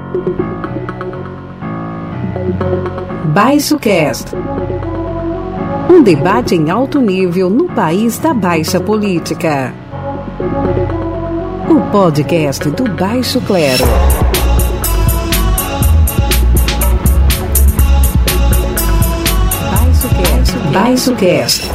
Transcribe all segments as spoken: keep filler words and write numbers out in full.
BaixoCast, um debate em alto nível no país da baixa política. O podcast do Baixo Clero. BaixoCast. BaixoCast.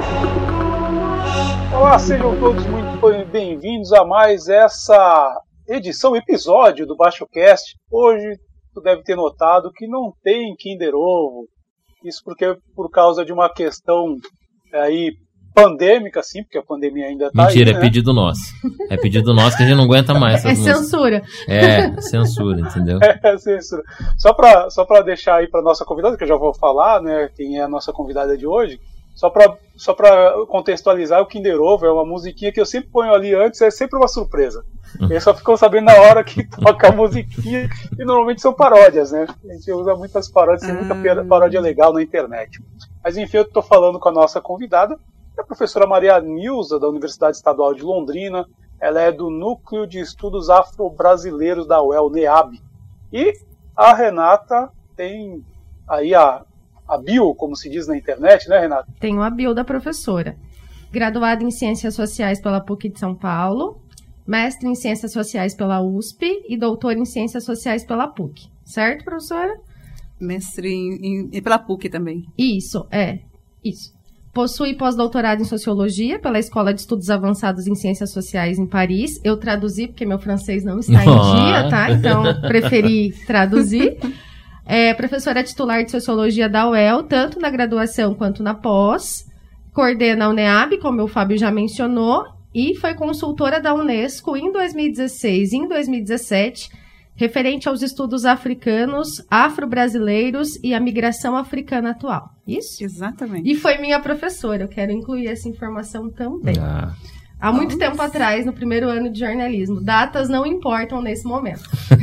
Olá, sejam todos muito bem-vindos a mais essa edição, episódio do BaixoCast. Hoje tu deve ter notado que não tem Kinder Ovo. Isso porque por causa de uma questão aí pandêmica, sim, porque a pandemia ainda tá Mentira, aí, né? É pedido nosso. É pedido nosso que a gente não aguenta mais. É censura. É, censura, entendeu? É, censura. Só para só para deixar aí para nossa convidada, que eu já vou falar, né, quem é a nossa convidada de hoje, só para só para contextualizar, o Kinder Ovo é uma musiquinha que eu sempre ponho ali antes, é sempre uma surpresa. Eles só ficam sabendo na hora que toca a musiquinha, e normalmente são paródias, né? A gente usa muitas paródias, tem muita paródia legal na internet. Mas enfim, eu estou falando com a nossa convidada, a professora Maria Nilza, da Universidade Estadual de Londrina. Ela é do Núcleo de Estudos Afro-Brasileiros da U E L, NEAB. E a Renata tem aí a, a bio, como se diz na internet, né, Renata? Tenho a bio da professora. Graduada em Ciências Sociais pela P U C de São Paulo, mestre em Ciências Sociais pela U S P e doutor em Ciências Sociais pela P U C. Certo, professora? Mestre em, em, pela P U C também. Isso, é. Isso. Possui pós-doutorado em Sociologia pela Escola de Estudos Avançados em Ciências Sociais em Paris. Eu traduzi porque meu francês não está em Oh. dia, tá? Então, preferi traduzir. É professora titular de Sociologia da U E L, tanto na graduação quanto na pós. Coordena a UNEAB, como o Fábio já mencionou, e foi consultora da Unesco em dois mil e dezesseis e em dois mil e dezessete, referente aos estudos africanos, afro-brasileiros e a migração africana atual. Isso? Exatamente. E foi minha professora, eu quero incluir essa informação também. Ah. Há muito tempo atrás, no primeiro ano de jornalismo. Datas não importam nesse momento.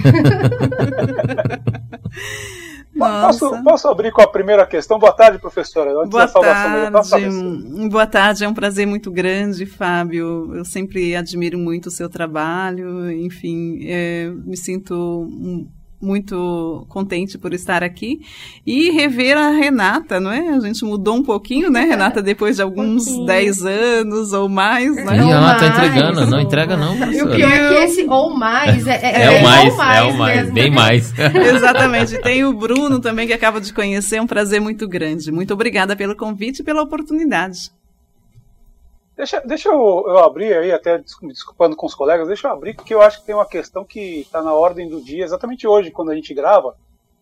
Posso, posso abrir com a primeira questão? Boa tarde, professora. Antes Boa da saudação, tarde. Boa tarde, é um prazer muito grande, Fábio. Eu sempre admiro muito o seu trabalho. Enfim, é, me sinto muito contente por estar aqui e rever a Renata, não é? A gente mudou um pouquinho, né, Renata, depois de alguns um dez anos ou mais, né? Ih, ela tá mais, entregando, não ou... entrega não, E o pior é que esse ou mais é, é, é o mais, ou mais, é o mais, mesmo, bem né? mais. Exatamente. Tem o Bruno também, que acaba de conhecer, é um prazer muito grande. Muito obrigada pelo convite e pela oportunidade. Deixa, deixa eu, eu abrir aí, até me desculpando com os colegas, deixa eu abrir, porque eu acho que tem uma questão que está na ordem do dia, exatamente hoje, quando a gente grava,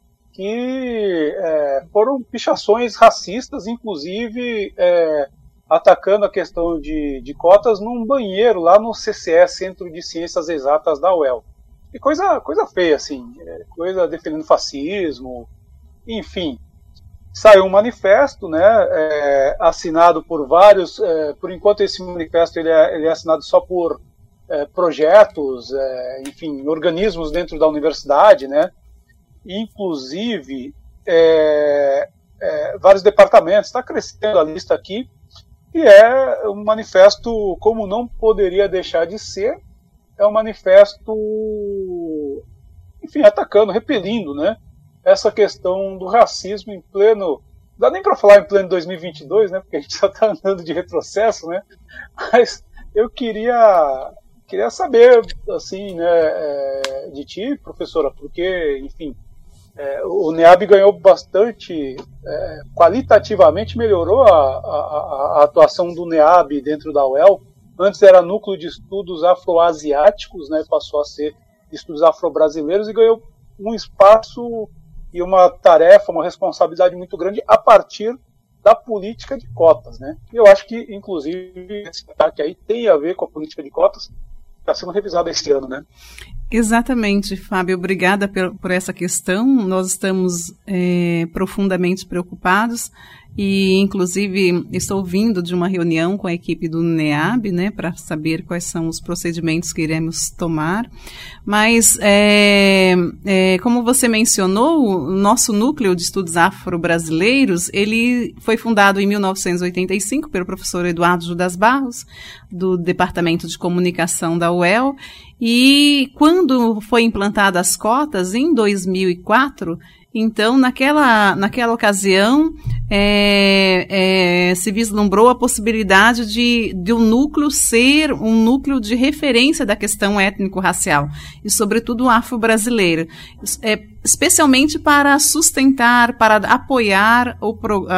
que é, foram pichações racistas, inclusive é, atacando a questão de, de cotas num banheiro lá no C C E, Centro de Ciências Exatas da U E L. E coisa, coisa feia, assim, é, coisa defendendo fascismo, enfim. Saiu um manifesto, né, é, assinado por vários, é, por enquanto esse manifesto ele é, ele é assinado só por é, projetos, é, enfim, organismos dentro da universidade, né, inclusive é, é, vários departamentos, está crescendo a lista aqui, e é um manifesto, como não poderia deixar de ser, é um manifesto, enfim, atacando, repelindo, né, essa questão do racismo em pleno, não dá nem para falar em pleno dois mil e vinte e dois, né, porque a gente já está andando de retrocesso, né, mas eu queria, queria saber, assim, né, é, de ti, professora, porque, enfim, é, o NEAB ganhou bastante, é, qualitativamente melhorou a, a, a atuação do NEAB dentro da U E L. Antes era Núcleo de Estudos Afroasiáticos, né, passou a ser Estudos Afro-Brasileiros e ganhou um espaço e uma tarefa, uma responsabilidade muito grande a partir da política de cotas, né? E eu acho que, inclusive, esse ataque aí tem a ver com a política de cotas, está sendo revisada este ano, né? Exatamente, Fábio. Obrigada por, por essa questão. Nós estamos é, profundamente preocupados e inclusive estou vindo de uma reunião com a equipe do NEAB, né, para saber quais são os procedimentos que iremos tomar. Mas, é, é, como você mencionou, o nosso núcleo de estudos afro-brasileiros, ele foi fundado em mil novecentos e oitenta e cinco pelo professor Eduardo Judas Barros, do Departamento de Comunicação da U E L, e quando foi implantada as cotas, em dois mil e quatro, então, naquela, naquela ocasião, é, é, se vislumbrou a possibilidade de, de um núcleo ser um núcleo de referência da questão étnico-racial, e sobretudo afro-brasileira, é, especialmente para sustentar, para apoiar o,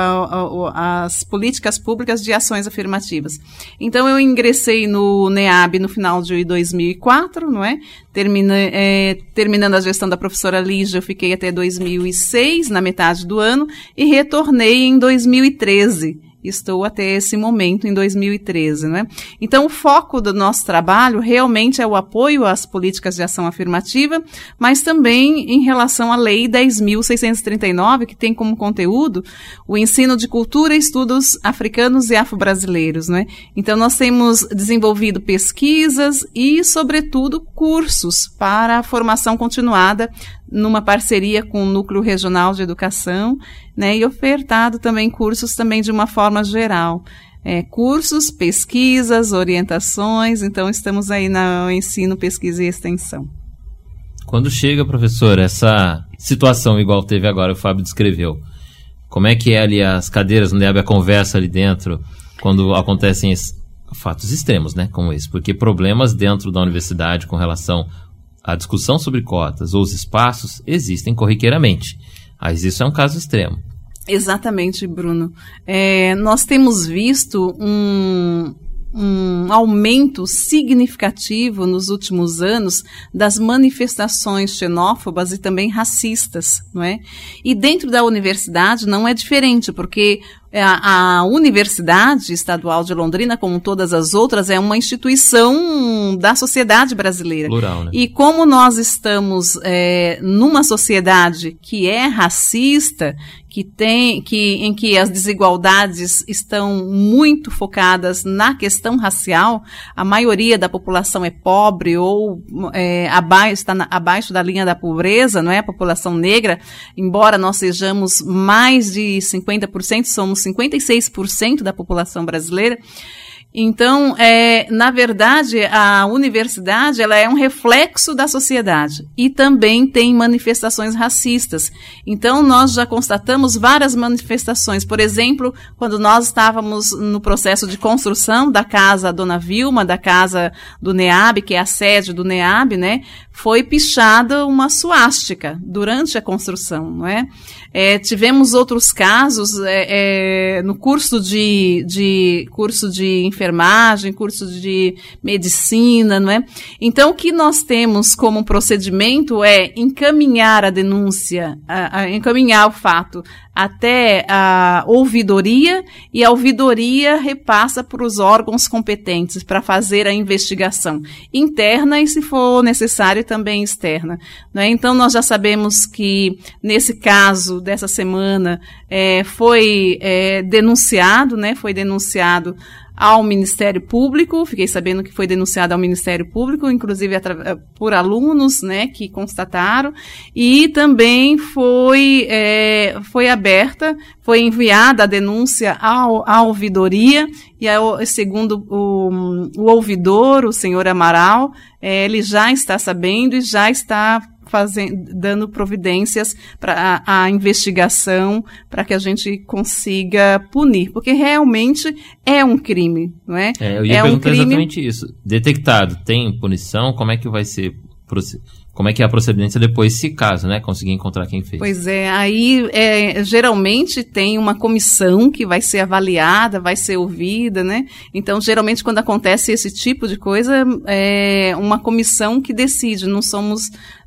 a, a, as políticas públicas de ações afirmativas. Então, eu ingressei no NEAB no final de dois mil e quatro, não é? Termina, é, terminando a gestão da professora Lígia, eu fiquei até dois mil e seis, na metade do ano, e retornei em dois mil e treze. Estou até esse momento, em dois mil e treze, né? Então, o foco do nosso trabalho realmente é o apoio às políticas de ação afirmativa, mas também em relação à Lei dez mil seiscentos e trinta e nove, que tem como conteúdo o ensino de cultura e estudos africanos e afro-brasileiros, né? Então, nós temos desenvolvido pesquisas e, sobretudo, cursos para a formação continuada numa parceria com o Núcleo Regional de Educação, né, e ofertado também cursos também de uma forma geral. É, cursos, pesquisas, orientações, então estamos aí no ensino, pesquisa e extensão. Quando chega, professor, essa situação igual teve agora, o Fábio descreveu, como é que é ali as cadeiras no NEAB, a conversa ali dentro, quando acontecem fatos extremos, né, como esse? Porque problemas dentro da universidade com relação a discussão sobre cotas ou os espaços existem corriqueiramente. Mas isso é um caso extremo. Exatamente, Bruno. É, nós temos visto um, um aumento significativo nos últimos anos das manifestações xenófobas e também racistas, não é? E dentro da universidade não é diferente, porque a, a Universidade Estadual de Londrina, como todas as outras, é uma instituição da sociedade brasileira. Plural, né? E como nós estamos é, numa sociedade que é racista, que tem, que, em que as desigualdades estão muito focadas na questão racial, a maioria da população é pobre ou é, abaixo, está na, abaixo da linha da pobreza, não é? A população negra, embora nós sejamos mais de cinquenta por cento, somos cinquenta e seis por cento da população brasileira. Então, é, na verdade, a universidade ela é um reflexo da sociedade e também tem manifestações racistas. Então, nós já constatamos várias manifestações. Por exemplo, quando nós estávamos no processo de construção da casa Dona Vilma, da casa do NEAB, que é a sede do NEAB, né, foi pichada uma suástica durante a construção, não é? É, tivemos outros casos é, é, no curso de, de curso de enfermagem, curso de medicina, não é? Então, o que nós temos como procedimento é encaminhar a denúncia, a, a, encaminhar o fato até a ouvidoria, e a ouvidoria repassa para os órgãos competentes para fazer a investigação interna e, se for necessário, também externa, não é? Então, nós já sabemos que, nesse caso dessa semana, é, foi é, denunciado, né, foi denunciado ao Ministério Público, fiquei sabendo que foi denunciado ao Ministério Público, inclusive por alunos, né, que constataram, e também foi, é, foi aberta, foi enviada a denúncia ao, à ouvidoria, e ao, segundo o, o ouvidor, o senhor Amaral, é, ele já está sabendo e já está Fazendo, dando providências para a, a investigação, para que a gente consiga punir, porque realmente é um crime, não é? É, eu ia é perguntar um crime... exatamente isso. Detectado, tem punição? Como é que vai ser? Como é que é a procedência depois, se caso, né, conseguir encontrar quem fez? Pois é, aí é, geralmente tem uma comissão que vai ser avaliada, vai ser ouvida, né? Então, geralmente, quando acontece esse tipo de coisa, é uma comissão que decide, não somos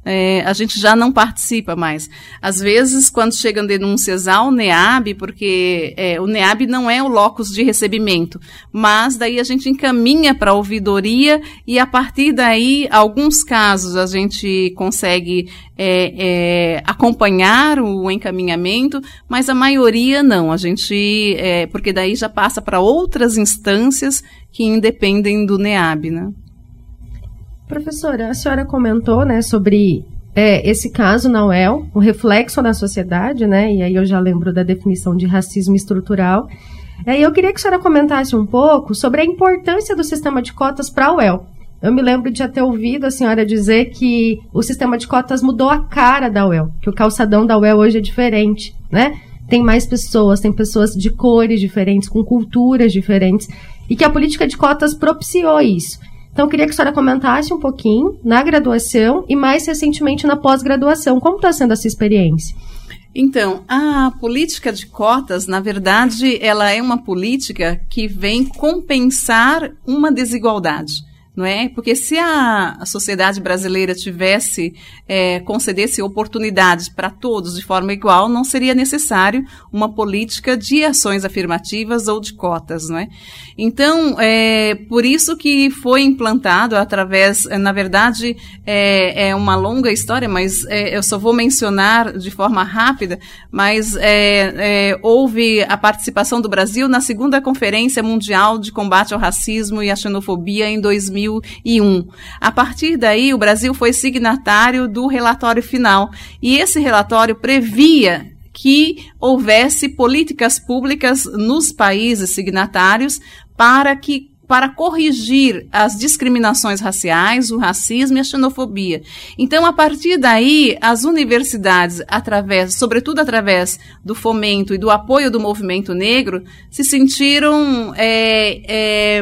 é, a gente já não participa mais. Às vezes, quando chegam denúncias ao NEAB, porque é, o NEAB não é o locus de recebimento, mas daí a gente encaminha para a ouvidoria e a partir daí, alguns casos a gente consegue é, é, acompanhar o encaminhamento, mas a maioria não, a gente, é, porque daí já passa para outras instâncias que independem do NEAB, né? Professora, a senhora comentou, né, sobre é, esse caso na U E L, o reflexo na sociedade, né, e aí eu já lembro da definição de racismo estrutural. E aí eu queria que a senhora comentasse um pouco sobre a importância do sistema de cotas para a U E L. Eu me lembro de já ter ouvido a senhora dizer que o sistema de cotas mudou a cara da U E L, que o calçadão da U E L hoje é diferente, né? Tem mais pessoas, tem pessoas de cores diferentes, com culturas diferentes, e que a política de cotas propiciou isso. Então, eu queria que a senhora comentasse um pouquinho na graduação e mais recentemente na pós-graduação. Como está sendo essa experiência? Então, a política de cotas, na verdade, ela é uma política que vem compensar uma desigualdade. Não é? Porque se a, a sociedade brasileira tivesse, é, concedesse oportunidades para todos de forma igual, não seria necessário uma política de ações afirmativas ou de cotas, não é? Então, é por isso que foi implantado através, na verdade, é, é uma longa história, mas é, eu só vou mencionar de forma rápida, mas é, é, houve a participação do Brasil na segunda Conferência Mundial de Combate ao Racismo e à Xenofobia em dois mil e um. A partir daí, o Brasil foi signatário do relatório final, e esse relatório previa que houvesse políticas públicas nos países signatários para que para corrigir as discriminações raciais, o racismo e a xenofobia. Então, a partir daí, as universidades, através, sobretudo através do fomento e do apoio do movimento negro, se sentiram é, é,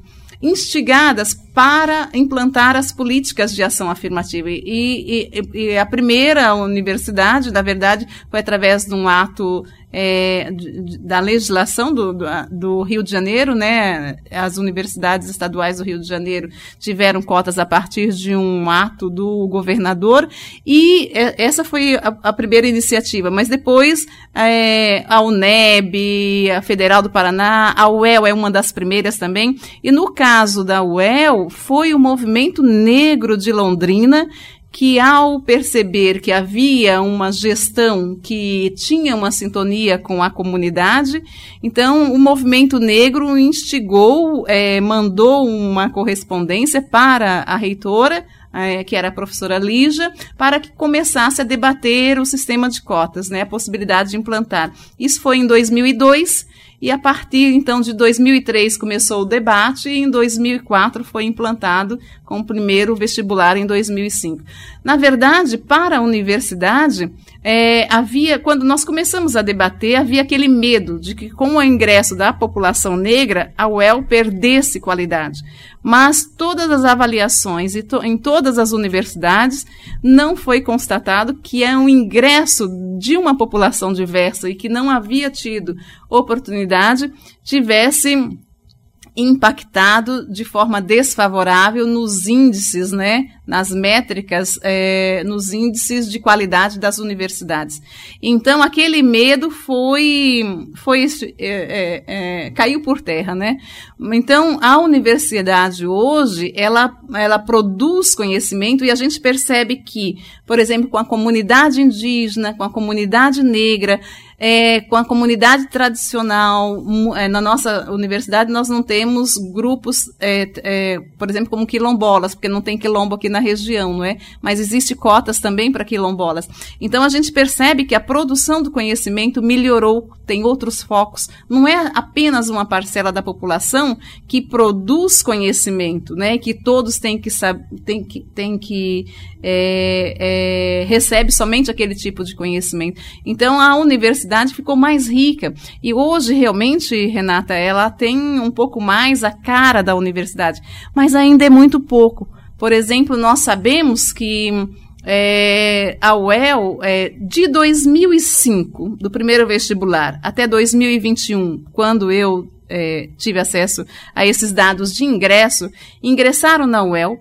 instigadas para implantar as políticas de ação afirmativa. E, e, e a primeira universidade, na verdade, foi através de um ato é, de, da legislação do, do, do Rio de Janeiro, né? As universidades estaduais do Rio de Janeiro tiveram cotas a partir de um ato do governador, e essa foi a, a primeira iniciativa. Mas depois é, a UNEB, a Federal do Paraná, a U E L é uma das primeiras também, e no caso da U E L, foi o movimento negro de Londrina que, ao perceber que havia uma gestão que tinha uma sintonia com a comunidade, então o movimento negro instigou, é, mandou uma correspondência para a reitora, é, que era a professora Lígia, para que começasse a debater o sistema de cotas, né, a possibilidade de implantar. Isso foi em dois mil e dois, e a partir, então, de dois mil e três começou o debate, e em dois mil e quatro foi implantado com o primeiro vestibular em dois mil e cinco. Na verdade, para a universidade, é, havia, quando nós começamos a debater, havia aquele medo de que, com o ingresso da população negra, a U E L perdesse qualidade. Mas todas as avaliações e to, em todas as universidades não foi constatado que é um ingresso de uma população diversa e que não havia tido oportunidade, tivesse impactado de forma desfavorável nos índices, né, nas métricas, é, nos índices de qualidade das universidades. Então, aquele medo foi, foi é, é, é, caiu por terra, né? Então, a universidade hoje, ela, ela produz conhecimento, e a gente percebe que, por exemplo, com a comunidade indígena, com a comunidade negra, É, com a comunidade tradicional, é, na nossa universidade nós não temos grupos, é, é, por exemplo, como quilombolas, porque não tem quilombo aqui na região, não é? Mas existe cotas também para quilombolas. Então, a gente percebe que a produção do conhecimento melhorou, tem outros focos. Não é apenas uma parcela da população que produz conhecimento, né? Que todos têm que saber, têm que, têm que é, é, recebe somente aquele tipo de conhecimento. Então, a universidade ficou mais rica, e hoje realmente, Renata, ela tem um pouco mais a cara da universidade, mas ainda é muito pouco. Por exemplo, nós sabemos que é, a U E L, é, de dois mil e cinco, do primeiro vestibular, até dois mil e vinte e um, quando eu é, tive acesso a esses dados de ingresso, ingressaram na U E L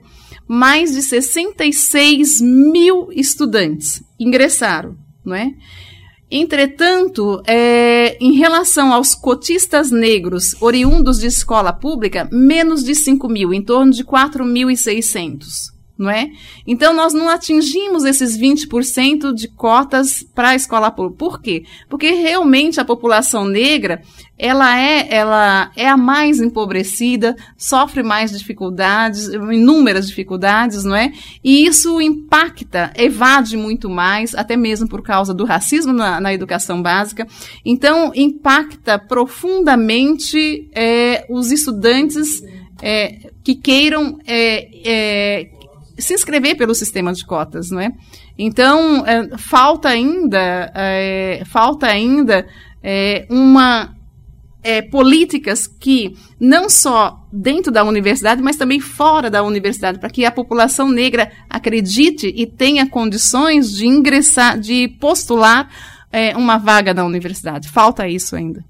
mais de sessenta e seis mil estudantes ingressaram, não é? Entretanto, é, em relação aos cotistas negros oriundos de escola pública, menos de cinco mil, em torno de quatro mil e seiscentos. Não é? Então, nós não atingimos esses vinte por cento de cotas para a escola pública. Por quê? Porque realmente a população negra, ela é, ela é a mais empobrecida, sofre mais dificuldades, inúmeras dificuldades, não é? E isso impacta, evade muito mais, até mesmo por causa do racismo na, na educação básica. Então, impacta profundamente é, os estudantes é, que queiram é, é, se inscrever pelo sistema de cotas, não é? Então, é, falta ainda, é, falta ainda é, uma é, políticas que não só dentro da universidade, mas também fora da universidade, para que a população negra acredite e tenha condições de ingressar, de postular é, uma vaga na universidade. Falta isso ainda.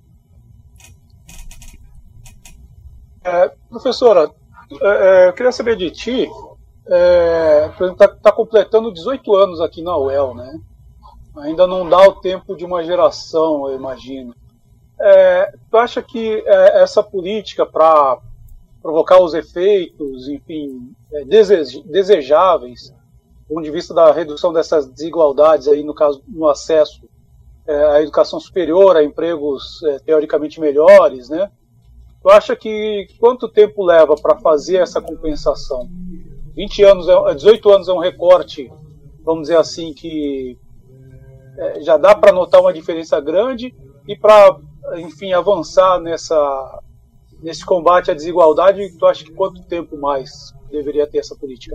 É, professora, é, eu queria saber de ti. Está é, tá completando dezoito anos aqui na U E L, né? Ainda não dá o tempo de uma geração, eu imagino. É, tu acha que é, essa política para provocar os efeitos, enfim, é, desej, desejáveis, do ponto de vista da redução dessas desigualdades aí, no caso, no acesso é, à educação superior, a empregos é, teoricamente melhores, né? Tu acha que quanto tempo leva para fazer essa compensação? vinte anos, dezoito anos é um recorte, vamos dizer assim, que é, já dá para notar uma diferença grande e para, enfim, avançar nessa, nesse combate à desigualdade, tu acha que quanto tempo mais deveria ter essa política?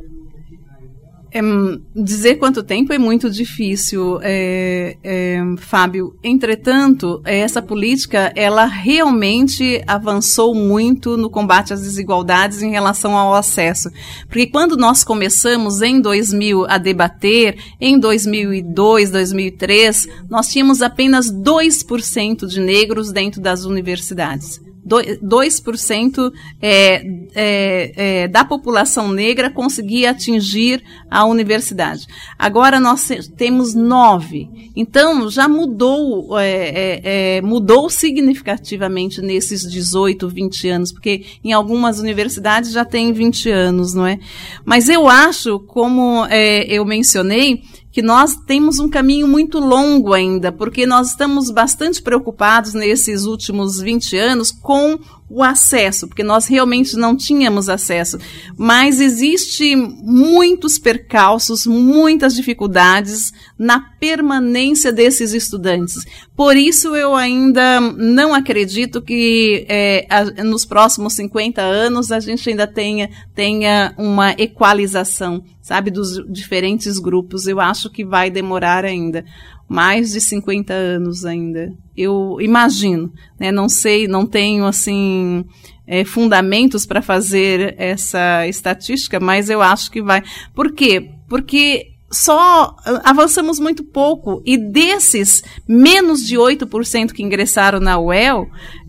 É, dizer quanto tempo é muito difícil, é, é, Fábio. Entretanto, essa política, ela realmente avançou muito no combate às desigualdades em relação ao acesso. Porque quando nós começamos em dois mil a debater, em dois mil e dois, dois mil e três, nós tínhamos apenas dois por cento de negros dentro das universidades. dois por cento é, é, é, da população negra conseguia atingir a universidade. Agora nós temos nove. Então, já mudou, é, é, é, mudou significativamente nesses dezoito, vinte anos, porque em algumas universidades já tem vinte anos, não é? Mas eu acho, como é, eu mencionei, que nós temos um caminho muito longo ainda, porque nós estamos bastante preocupados nesses últimos vinte anos com o acesso, porque nós realmente não tínhamos acesso. Mas existe muitos percalços, muitas dificuldades na permanência desses estudantes. Por isso eu ainda não acredito que é, a, nos próximos cinquenta anos a gente ainda tenha, tenha uma equalização, sabe, dos diferentes grupos. Eu acho que vai demorar ainda. Mais de cinquenta anos ainda, eu imagino, né? Não sei, não tenho assim é, fundamentos para fazer essa estatística, mas eu acho que vai. Por quê? Porque só avançamos muito pouco, e desses menos de oito por cento que ingressaram na U E L,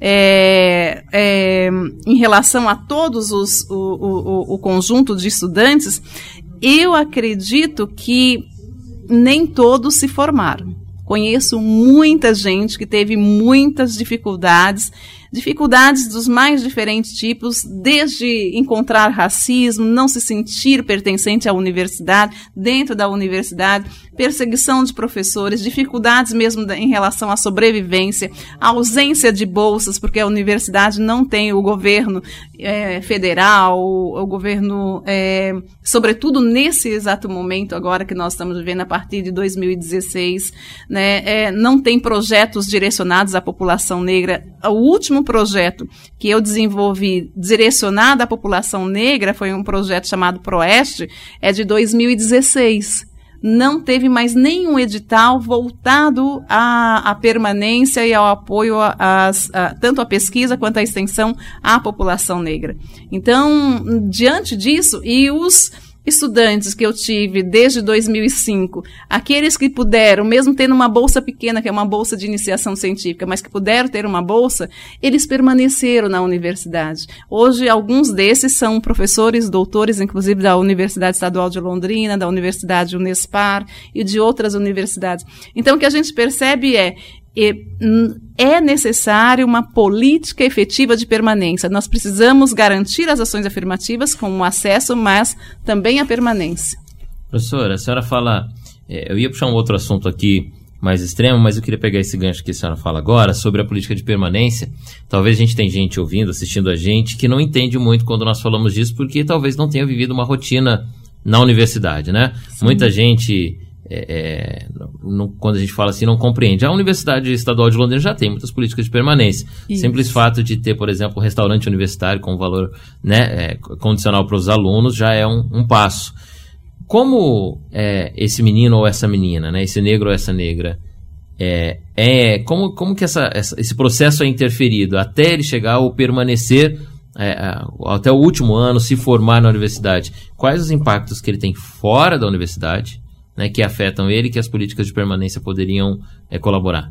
é, é, em relação a todos os, o, o, o conjunto de estudantes, eu acredito que nem todos se formaram. Conheço muita gente que teve muitas dificuldades, dificuldades dos mais diferentes tipos, desde encontrar racismo, não se sentir pertencente à universidade, dentro da universidade, perseguição de professores, dificuldades mesmo em relação à sobrevivência, a ausência de bolsas, porque a universidade não tem o governo é, federal, o, o governo, é, sobretudo nesse exato momento agora que nós estamos vivendo a partir de dois mil e dezesseis, né, é, não tem projetos direcionados à população negra. O último projeto que eu desenvolvi direcionado à população negra foi um projeto chamado ProEste, é de dois mil e dezesseis. Não teve mais nenhum edital voltado à, à permanência e ao apoio a, a, a, tanto à pesquisa quanto à extensão à população negra. Então, diante disso, e os estudantes que eu tive desde dois mil e cinco, aqueles que puderam, mesmo tendo uma bolsa pequena, que é uma bolsa de iniciação científica, mas que puderam ter uma bolsa, eles permaneceram na universidade. Hoje, alguns desses são professores, doutores, inclusive da Universidade Estadual de Londrina, da Universidade Unespar e de outras universidades. Então, o que a gente percebe é é necessário uma política efetiva de permanência. Nós precisamos garantir as ações afirmativas com o acesso, mas também a permanência. Professora, a senhora fala... É, eu ia puxar um outro assunto aqui mais extremo, mas eu queria pegar esse gancho que a senhora fala agora sobre a política de permanência. Talvez a gente tenha gente ouvindo, assistindo a gente, que não entende muito quando nós falamos disso, porque talvez não tenha vivido uma rotina na universidade, né? Sim. Muita gente... É, é, não, quando a gente fala assim, não compreende. A Universidade Estadual de Londrina já tem muitas políticas de permanência. Isso. Simples fato de ter, por exemplo, um restaurante universitário com valor, né, é, condicional para os alunos já é um, um passo. Como é, esse menino ou essa menina, né, esse negro ou essa negra, é, é, como, como que essa, essa, esse processo é interferido até ele chegar ou permanecer é, até o último ano, se formar na universidade? Quais os impactos que ele tem fora da universidade, né, que afetam ele, que as políticas de permanência poderiam é, colaborar?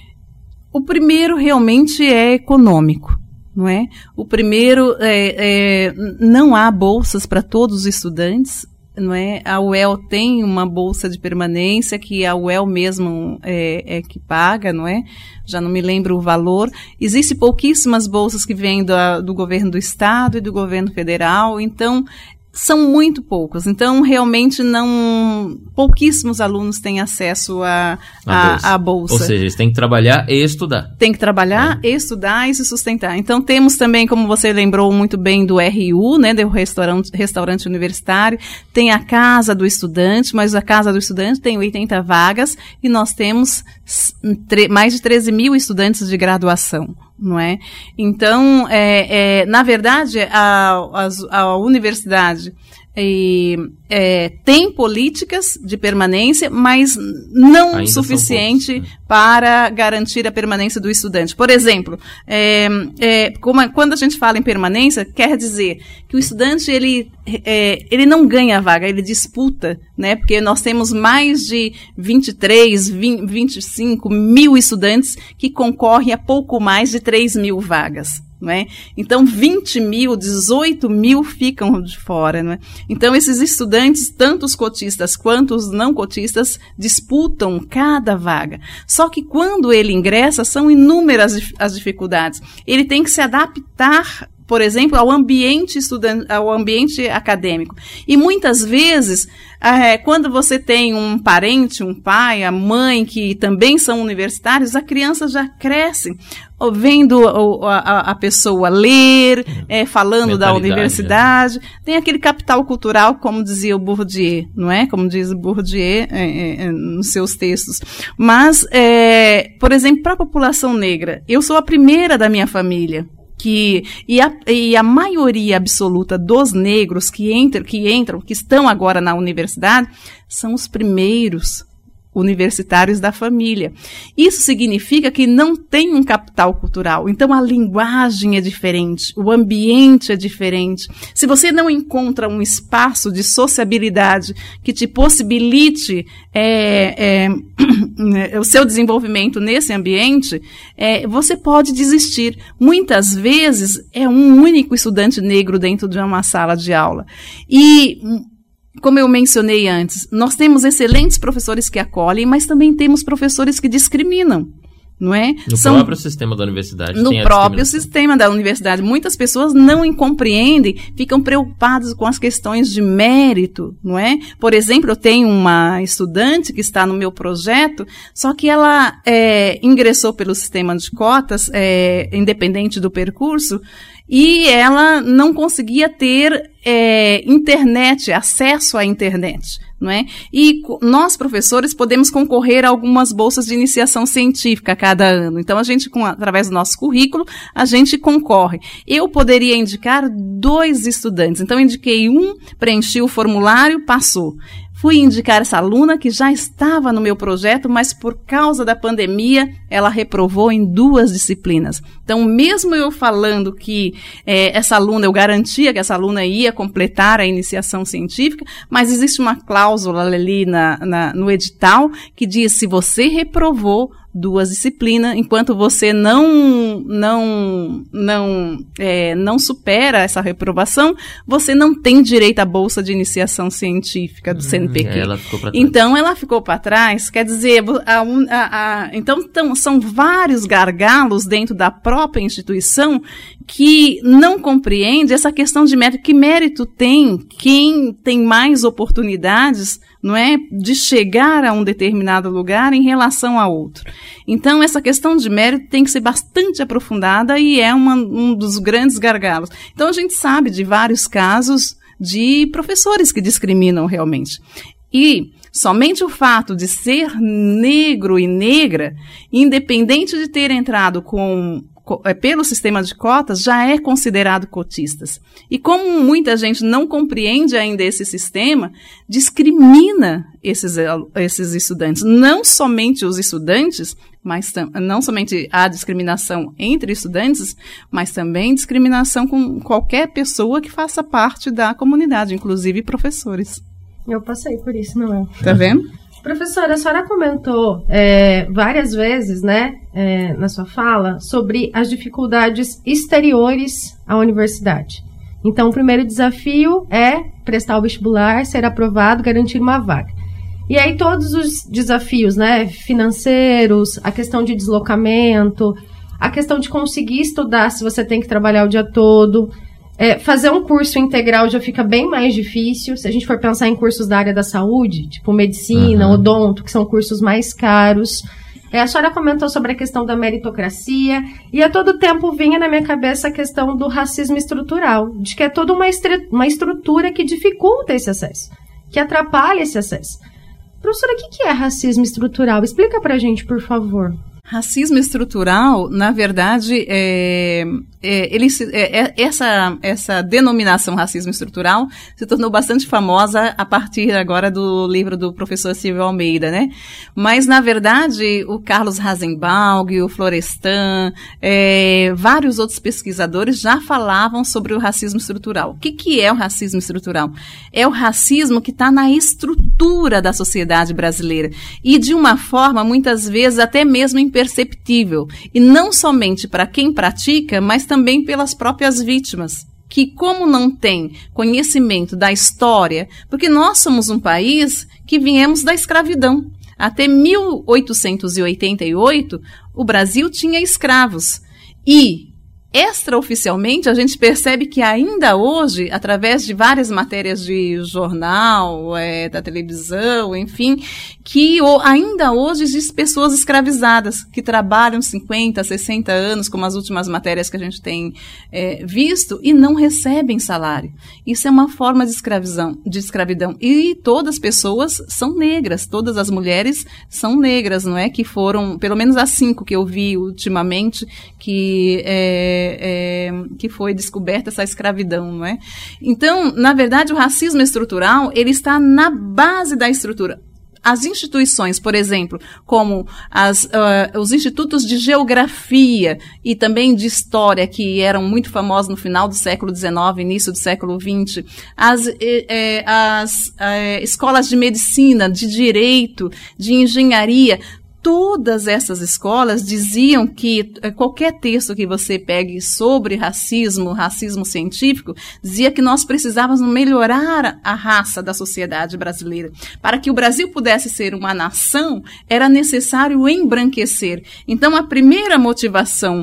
O primeiro realmente é econômico, não é? O primeiro, é, é, não há bolsas para todos os estudantes, não é? A U E L tem uma bolsa de permanência que a U E L mesmo é, é que paga, não é? Já não me lembro o valor. Existem pouquíssimas bolsas que vêm do, do governo do estado e do governo federal, então são muito poucos, então realmente não, pouquíssimos alunos têm acesso à a, a, a bolsa. Ou seja, eles têm que trabalhar e estudar. Tem que trabalhar, é. estudar e se sustentar. Então temos também, como você lembrou muito bem, do R U, né, do restaurante, restaurante universitário, tem a Casa do Estudante, mas a Casa do Estudante tem oitenta vagas e nós temos mais de treze mil estudantes de graduação. Não é? Então, é, é, na verdade, a, a, a universidade é, é, tem políticas de permanência, mas não Ainda suficiente poucos, né? para garantir a permanência do estudante. Por exemplo, é, é, como a, quando a gente fala em permanência, quer dizer que o estudante ele, é, ele não ganha a vaga, ele disputa, né? Porque nós temos mais de vinte e três, vinte, vinte e cinco mil estudantes que concorrem a pouco mais de três mil vagas. Não é? Então, vinte mil, dezoito mil ficam de fora. Não é? Então, esses estudantes, tanto os cotistas quanto os não cotistas, disputam cada vaga. Só que quando ele ingressa, são inúmeras as dificuldades. Ele tem que se adaptar, por exemplo, ao ambiente estudante, ao ambiente acadêmico. E muitas vezes, é, quando você tem um parente, um pai, a mãe, que também são universitários, a criança já cresce vendo a, a pessoa ler, é, falando da universidade, né? Tem aquele capital cultural, como dizia o Bourdieu, não é? Como diz o Bourdieu é, é, nos seus textos. Mas, é, por exemplo, para a população negra, eu sou a primeira da minha família. Que, e, a, e a maioria absoluta dos negros que entram, que entram, que estão agora na universidade, são os primeiros universitários da família. Isso significa que não tem um capital cultural. Então, a linguagem é diferente, o ambiente é diferente. Se você não encontra um espaço de sociabilidade que te possibilite é, é, o seu desenvolvimento nesse ambiente, é, você pode desistir. Muitas vezes, é um único estudante negro dentro de uma sala de aula. E como eu mencionei antes, nós temos excelentes professores que acolhem, mas também temos professores que discriminam, não é? No São, próprio sistema da universidade. No próprio sistema da universidade. Muitas pessoas não compreendem, ficam preocupadas com as questões de mérito, não é? Por exemplo, eu tenho uma estudante que está no meu projeto, só que ela é, ingressou pelo sistema de cotas, é, independente do percurso, e ela não conseguia ter é, internet, acesso à internet, não é? E nós, professores, podemos concorrer a algumas bolsas de iniciação científica a cada ano. Então, a gente, com, através do nosso currículo, a gente concorre. Eu poderia indicar dois estudantes. Então, eu indiquei um, preenchi o formulário, passou. Fui indicar essa aluna que já estava no meu projeto, mas por causa da pandemia, ela reprovou em duas disciplinas. Então, mesmo eu falando que é, essa aluna, eu garantia que essa aluna ia completar a iniciação científica, mas existe uma cláusula ali na, na, no edital que diz, se você reprovou duas disciplinas, enquanto você não não não é, não supera essa reprovação, você não tem direito à bolsa de iniciação científica do hum, C N P Q. Ela ficou pra trás. Então ela ficou para trás, quer dizer, a, a, a, então tão, são vários gargalos dentro da própria instituição que não compreende essa questão de mérito. Que mérito tem quem tem mais oportunidades, não é, de chegar a um determinado lugar em relação a outro. Então, essa questão de mérito tem que ser bastante aprofundada e é uma, um dos grandes gargalos. Então, a gente sabe de vários casos de professores que discriminam realmente. E somente o fato de ser negro e negra, independente de ter entrado com pelo sistema de cotas, já é considerado cotistas. E como muita gente não compreende ainda esse sistema, discrimina esses, esses estudantes. Não somente os estudantes, mas não somente a discriminação entre estudantes, mas também discriminação com qualquer pessoa que faça parte da comunidade, inclusive professores. Eu passei por isso, não é? Tá vendo? Professora, a senhora comentou é, várias vezes, né, é, na sua fala, sobre as dificuldades exteriores à universidade. Então, o primeiro desafio é prestar o vestibular, ser aprovado, garantir uma vaga. E aí todos os desafios, né, financeiros, a questão de deslocamento, a questão de conseguir estudar se você tem que trabalhar o dia todo. É, fazer um curso integral já fica bem mais difícil. Se a gente for pensar em cursos da área da saúde, tipo medicina, uhum. odonto, que são cursos mais caros. É, a senhora comentou sobre a questão da meritocracia e a todo tempo vinha na minha cabeça a questão do racismo estrutural, de que é toda uma, estru- uma estrutura que dificulta esse acesso, que atrapalha esse acesso. Professora, o que é racismo estrutural? Explica pra gente, por favor. Racismo estrutural, na verdade, é, é, ele se, é, essa, essa denominação racismo estrutural se tornou bastante famosa a partir agora do livro do professor Silvio Almeida, né? Mas, na verdade, o Carlos Rasenbaum, o Florestan, é, vários outros pesquisadores já falavam sobre o racismo estrutural. O que, que é o racismo estrutural? É o racismo que está na estrutura da sociedade brasileira e, de uma forma, muitas vezes, até mesmo em perceptível, e não somente para quem pratica, mas também pelas próprias vítimas, que como não tem conhecimento da história, porque nós somos um país que viemos da escravidão. Até mil oitocentos e oitenta e oito, o Brasil tinha escravos. E extraoficialmente, a gente percebe que ainda hoje, através de várias matérias de jornal, é, da televisão, enfim, que o, ainda hoje existem pessoas escravizadas que trabalham cinquenta, sessenta anos, como as últimas matérias que a gente tem é, visto, e não recebem salário. Isso é uma forma de escravidão, de escravidão. E todas as pessoas são negras, todas as mulheres são negras, não é? Que foram, pelo menos as cinco que eu vi ultimamente, que é, É, que foi descoberta essa escravidão, não é? Então, na verdade, o racismo estrutural, ele está na base da estrutura. As instituições, por exemplo, como as, uh, os institutos de geografia e também de história, que eram muito famosos no final do século dezenove, início do século vinte, as, eh, as eh, escolas de medicina, de direito, de engenharia, todas essas escolas diziam que qualquer texto que você pegue sobre racismo, racismo científico, dizia que nós precisávamos melhorar a raça da sociedade brasileira. Para que o Brasil pudesse ser uma nação, era necessário embranquecer. Então, a primeira motivação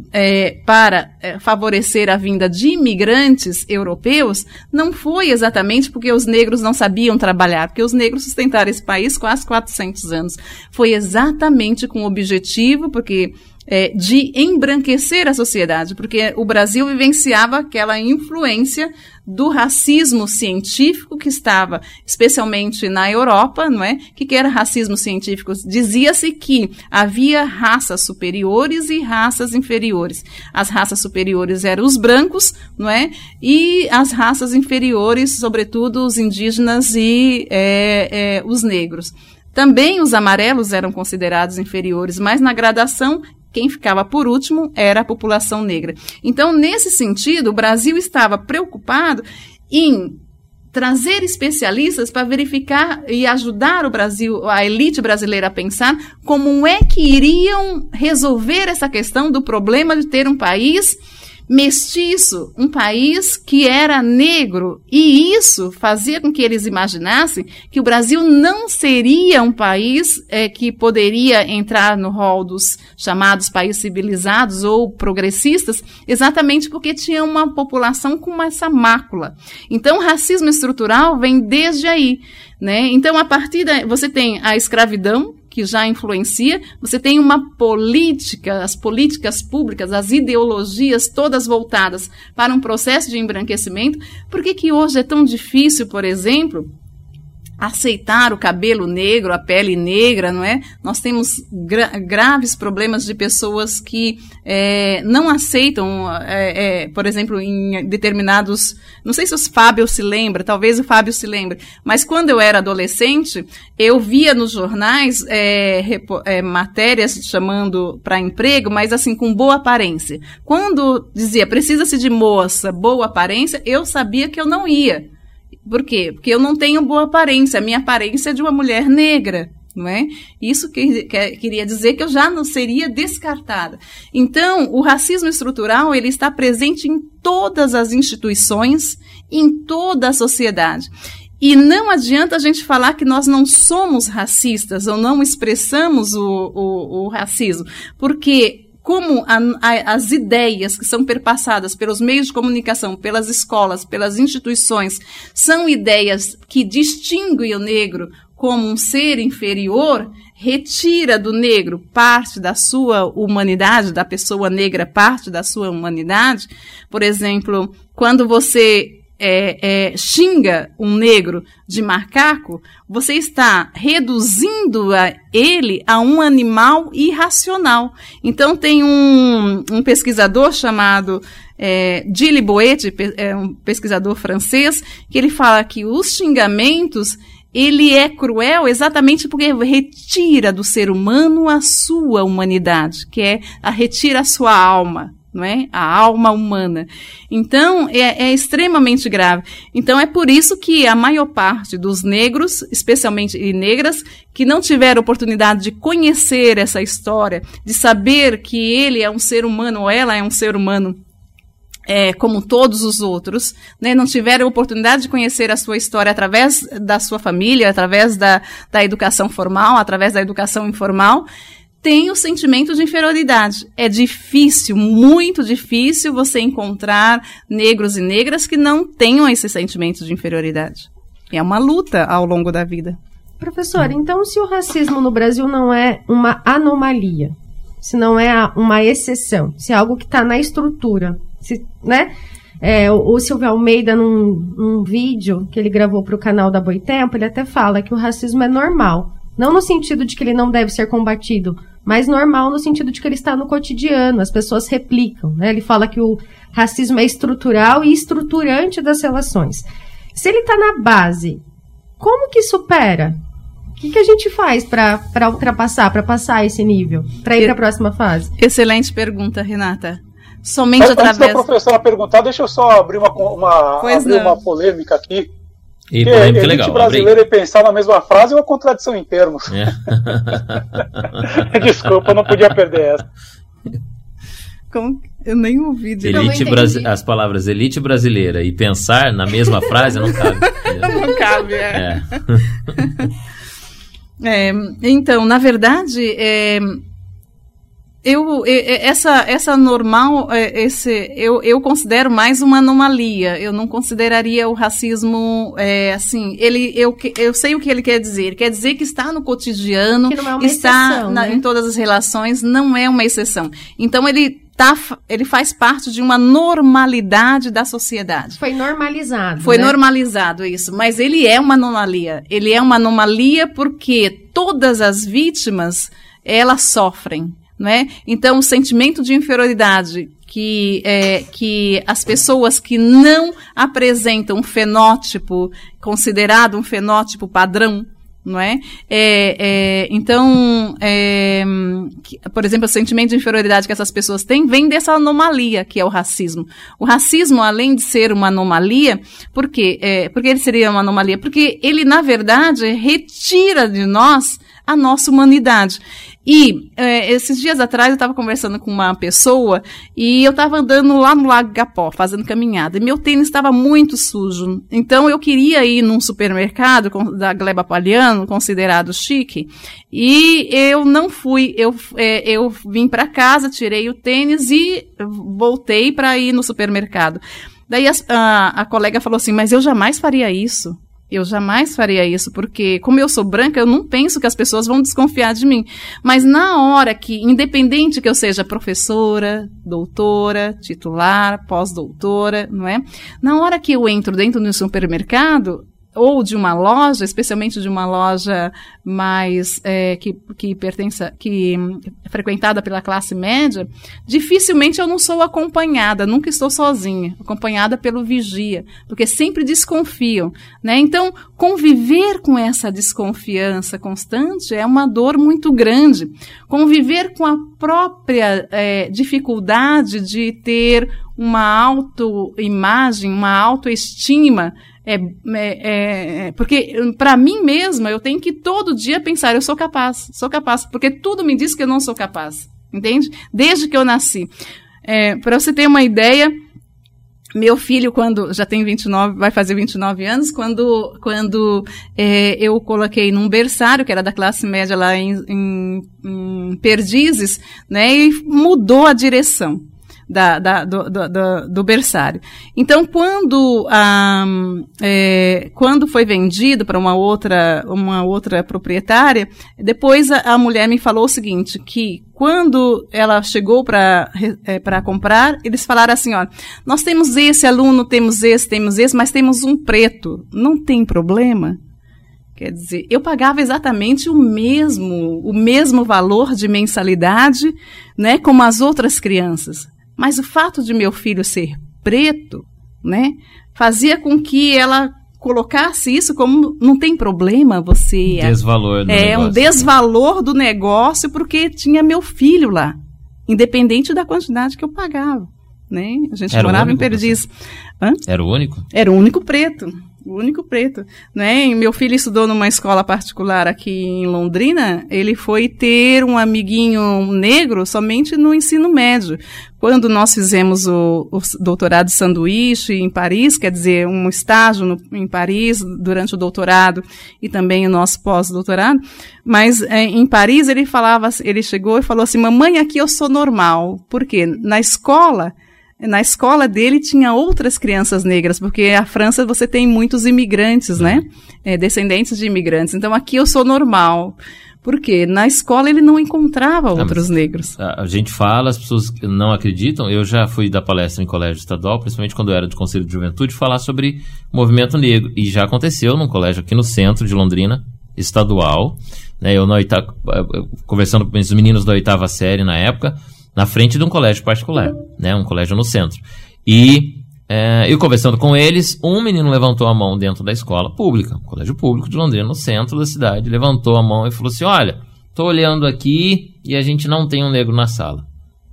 é, para é, favorecer a vinda de imigrantes europeus não foi exatamente porque os negros não sabiam trabalhar, porque os negros sustentaram esse país quase quatrocentos anos. Foi exatamente exatamente com o objetivo, porque é, de embranquecer a sociedade, porque o Brasil vivenciava aquela influência do racismo científico que estava especialmente na Europa, não é? O que, que era racismo científico? Dizia-se que havia raças superiores e raças inferiores. As raças superiores eram os brancos, não é? E as raças inferiores, sobretudo os indígenas e é, é, os negros. Também os amarelos eram considerados inferiores, mas na gradação quem ficava por último era a população negra. Então, nesse sentido, o Brasil estava preocupado em trazer especialistas para verificar e ajudar o Brasil, a elite brasileira a pensar como é que iriam resolver essa questão do problema de ter um país mestiço, um país que era negro, e isso fazia com que eles imaginassem que o Brasil não seria um país é, que poderia entrar no rol dos chamados países civilizados ou progressistas, exatamente porque tinha uma população com essa mácula. Então, o racismo estrutural vem desde aí, né? Então, a partir da... você tem a escravidão, que já influencia, você tem uma política, as políticas públicas, as ideologias todas voltadas para um processo de embranquecimento. Por que que hoje é tão difícil, por exemplo, aceitar o cabelo negro, a pele negra, não é? Nós temos gra graves problemas de pessoas que é, não aceitam, é, é, por exemplo, em determinados... Não sei se o Fábio se lembra, talvez o Fábio se lembre, mas quando eu era adolescente, eu via nos jornais é, é, matérias chamando para emprego, mas assim, com boa aparência. Quando dizia, precisa-se de moça, boa aparência, eu sabia que eu não ia. Por quê? Porque eu não tenho boa aparência, a minha aparência é de uma mulher negra, não é? Isso que, que, queria dizer que eu já não seria descartada. Então, o racismo estrutural, ele está presente em todas as instituições, em toda a sociedade. E não adianta a gente falar que nós não somos racistas ou não expressamos o, o, o racismo, porque... como a, a, as ideias que são perpassadas pelos meios de comunicação, pelas escolas, pelas instituições, são ideias que distinguem o negro como um ser inferior, retira do negro parte da sua humanidade, da pessoa negra parte da sua humanidade. Por exemplo, quando você... É, é, xinga um negro de macaco, você está reduzindo a ele a um animal irracional. Então, tem um, um pesquisador chamado é, Gilles Boët, é um pesquisador francês, que ele fala que os xingamentos, ele é cruel exatamente porque retira do ser humano a sua humanidade, que é a retira a sua alma. Não é? A alma humana. Então, é, é extremamente grave. Então, é por isso que a maior parte dos negros, especialmente e negras, que não tiveram oportunidade de conhecer essa história, de saber que ele é um ser humano ou ela é um ser humano, É, como todos os outros, né, não tiveram oportunidade de conhecer a sua história através da sua família, através da, da educação formal, através da educação informal, tem o sentimento de inferioridade. É difícil, muito difícil você encontrar negros e negras que não tenham esse sentimento de inferioridade. É uma luta ao longo da vida. Professora, então se o racismo no Brasil não é uma anomalia, se não é uma exceção, se é algo que está na estrutura, se, né? É, o, o Silvio Almeida, num, num vídeo que ele gravou para o canal da Boitempo, ele até fala que o racismo é normal. Não no sentido de que ele não deve ser combatido, mas normal no sentido de que ele está no cotidiano, as pessoas replicam, né? Ele fala que o racismo é estrutural e estruturante das relações. Se ele está na base, como que supera? O que, que a gente faz para ultrapassar, para passar esse nível, para ir para a próxima fase? Excelente pergunta, Renata. Somente Antes através... Antes da professora perguntar, deixa eu só abrir uma, uma, abrir uma polêmica aqui. E que polêmica elite legal, brasileira e pensar na mesma frase é uma contradição em termos. É. Desculpa, eu não podia perder essa. Como? Eu nem ouvi direito. Elite brasi... As palavras elite brasileira e pensar na mesma frase não cabe. Não cabe, é. é. é então, na verdade, é... Eu, essa, essa normal, esse, eu, eu considero mais uma anomalia. Eu não consideraria o racismo, é, assim, ele, eu, eu sei o que ele quer dizer. Quer dizer que está no cotidiano, que não é uma está exceção, na, né? em todas as relações, não é uma exceção. Então, ele, tá, ele faz parte de uma normalidade da sociedade. Foi normalizado. Foi né? normalizado isso, mas ele é uma anomalia. Ele é uma anomalia porque todas as vítimas, elas sofrem. Né? Então, o sentimento de inferioridade que, é, que as pessoas que não apresentam um fenótipo, considerado um fenótipo padrão, não é? É, é, então, é, que, por exemplo, o sentimento de inferioridade que essas pessoas têm vem dessa anomalia que é o racismo. O racismo, além de ser uma anomalia, por quê? É, por que ele seria uma anomalia? Porque ele, na verdade, retira de nós a nossa humanidade. E é, esses dias atrás eu estava conversando com uma pessoa e eu estava andando lá no Lago Gapó, fazendo caminhada, e meu tênis estava muito sujo. Então eu queria ir num supermercado da Gleba Palhano, considerado chique, e eu não fui. Eu, é, eu vim para casa, tirei o tênis e voltei para ir no supermercado. Daí a, a, a colega falou assim, mas eu jamais faria isso. Eu jamais faria isso, porque como eu sou branca, eu não penso que as pessoas vão desconfiar de mim. Mas na hora que, independente que eu seja professora, doutora, titular, pós-doutora, não é? Na hora que eu entro dentro do supermercado, ou de uma loja, especialmente de uma loja mais é, que, que pertence, que é frequentada pela classe média, dificilmente eu não sou acompanhada, nunca estou sozinha, acompanhada pelo vigia, porque sempre desconfiam, né? Então, conviver com essa desconfiança constante é uma dor muito grande. Conviver com a própria é, dificuldade de ter uma autoimagem, uma autoestima. É, é, é, porque para mim mesma eu tenho que todo dia pensar, eu sou capaz, sou capaz, porque tudo me diz que eu não sou capaz, entende? Desde que eu nasci. É, para você ter uma ideia, meu filho, quando já tem vinte e nove, vai fazer vinte e nove anos, quando, quando é, eu o coloquei num berçário, que era da classe média lá em, em, em Perdizes, né, e mudou a direção. Da, da, do, do, do, do berçário. Então, quando, ah, é, quando foi vendido para uma outra, uma outra proprietária, depois a, a mulher me falou o seguinte, que quando ela chegou para é, para comprar, eles falaram assim, ó, nós temos esse aluno, temos esse, temos esse, mas temos um preto. Não tem problema? Quer dizer, eu pagava exatamente o mesmo, o mesmo valor de mensalidade, né, como as outras crianças. Mas o fato de meu filho ser preto, né, fazia com que ela colocasse isso como não tem problema você... Desvalor do é, negócio. um desvalor do negócio porque tinha meu filho lá, independente da quantidade que eu pagava, né? A gente Era morava o único, em Perdiz. Hã? Era o único? Era o único preto. O único preto, né? E meu filho estudou numa escola particular aqui em Londrina, ele foi ter um amiguinho negro somente no ensino médio. Quando nós fizemos o, o doutorado de sanduíche em Paris, quer dizer, um estágio no, em Paris durante o doutorado e também o nosso pós-doutorado, mas é, em Paris ele falava, ele chegou e falou assim, mamãe, aqui eu sou normal. Por quê? Na escola... Na escola dele tinha outras crianças negras, porque a França você tem muitos imigrantes, né? É, descendentes de imigrantes. Então aqui eu sou normal. Por quê? Na escola ele não encontrava ah, outros negros. A, a gente fala, as pessoas não acreditam. Eu já fui dar palestra em colégio estadual, principalmente quando eu era de Conselho de Juventude, falar sobre movimento negro. E já aconteceu num colégio aqui no centro de Londrina, estadual. Né? Eu, na oitava, conversando com os meninos da oitava série na época, na frente de um colégio particular, né, um colégio no centro. E é, eu conversando com eles, um menino levantou a mão dentro da escola pública, um colégio público de Londrina, no centro da cidade, levantou a mão e falou assim, olha, tô olhando aqui e a gente não tem um negro na sala.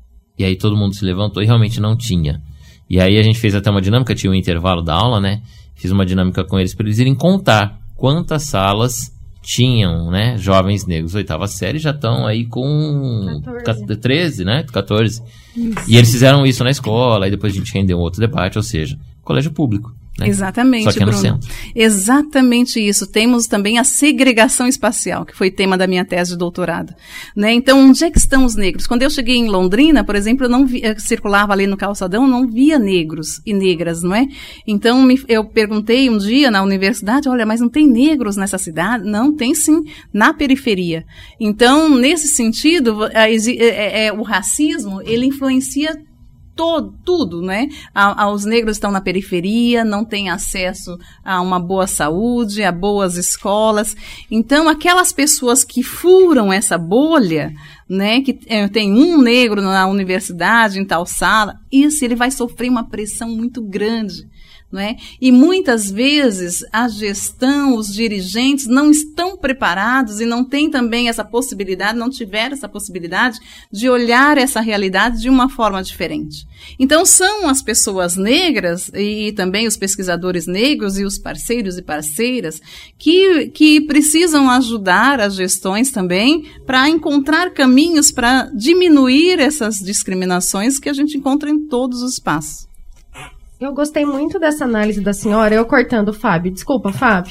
E aí todo mundo se levantou e realmente não tinha. E aí a gente fez até uma dinâmica, tinha um intervalo da aula, né, fiz uma dinâmica com eles para eles irem contar quantas salas tinham, né, jovens negros, oitava série, já estão aí com treze, né, quatorze. Isso. E eles fizeram isso na escola, e depois a gente rendeu um outro debate, ou seja, colégio público. Né? Exatamente, Só que é no Bruno. centro. Exatamente isso. Temos também a segregação espacial, que foi tema da minha tese de doutorado. Né? Então, onde é que estão os negros? Quando eu cheguei em Londrina, por exemplo, eu não vi, eu circulava ali no calçadão, eu não via negros e negras, não é? Então, me, eu perguntei um dia na universidade, olha, mas não tem negros nessa cidade? Não, tem sim, na periferia. Então, nesse sentido, a, é, é, o racismo, ele influencia Todo, tudo, né? A, a, os negros estão na periferia, não têm acesso a uma boa saúde, a boas escolas. Então, aquelas pessoas que furam essa bolha, né? Que é, tem um negro na universidade, em tal sala, isso ele vai sofrer uma pressão muito grande. Não é? E muitas vezes a gestão, os dirigentes não estão preparados e não têm também essa possibilidade, não tiveram essa possibilidade de olhar essa realidade de uma forma diferente. Então são as pessoas negras e também os pesquisadores negros e os parceiros e parceiras que, que precisam ajudar as gestões também para encontrar caminhos para diminuir essas discriminações que a gente encontra em todos os espaços. Eu gostei muito dessa análise da senhora, eu cortando o Fábio. Desculpa, Fábio.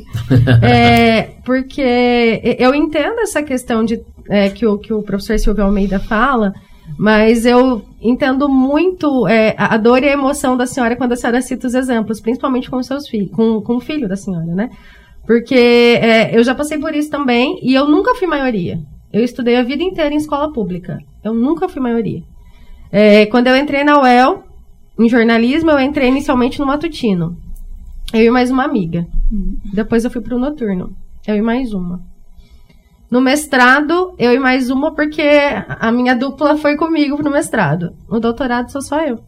é, porque eu entendo essa questão de, é, que, o, que o professor Silvio Almeida fala, mas eu entendo muito é, a dor e a emoção da senhora quando a senhora cita os exemplos, principalmente com seus filhos, com, com o filho da senhora, né? Porque é, eu já passei por isso também e eu nunca fui maioria. Eu estudei a vida inteira em escola pública. Eu nunca fui maioria. É, quando eu entrei na U E L, em jornalismo, eu entrei inicialmente no matutino. Eu e mais uma amiga. Depois eu fui pro noturno. Eu e mais uma. No mestrado, eu e mais uma, porque a minha dupla foi comigo pro mestrado. No doutorado, sou só eu.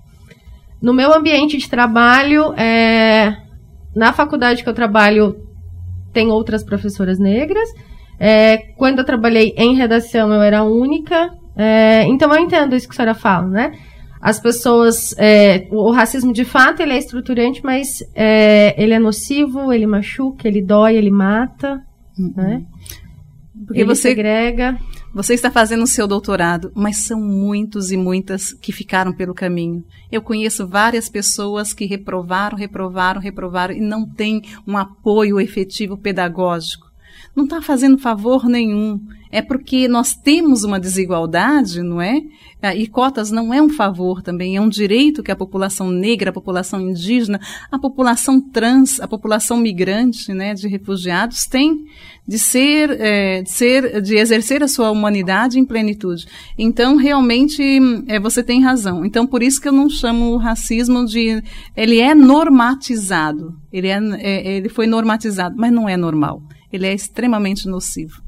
No meu ambiente de trabalho, é... na faculdade que eu trabalho, tem outras professoras negras. É... Quando eu trabalhei em redação, eu era a única. É... Então, eu entendo isso que a senhora fala, né? As pessoas, é, o racismo de fato ele é estruturante, mas é, ele é nocivo, ele machuca, ele dói, ele mata, uhum. né? Porque ele você segrega. Você está fazendo o seu doutorado, mas são muitos e muitas que ficaram pelo caminho. Eu conheço várias pessoas que reprovaram, reprovaram, reprovaram e não têm um apoio efetivo pedagógico. Não está fazendo favor nenhum. É porque nós temos uma desigualdade, não é? E cotas não é um favor também, é um direito que a população negra, a população indígena, a população trans, a população migrante, né, de refugiados tem de ser, é, de ser, de exercer a sua humanidade em plenitude. Então, realmente, é, você tem razão. Então, por isso que eu não chamo o racismo de... Ele é normatizado, ele, é, é, ele foi normatizado, mas não é normal. Ele é extremamente nocivo.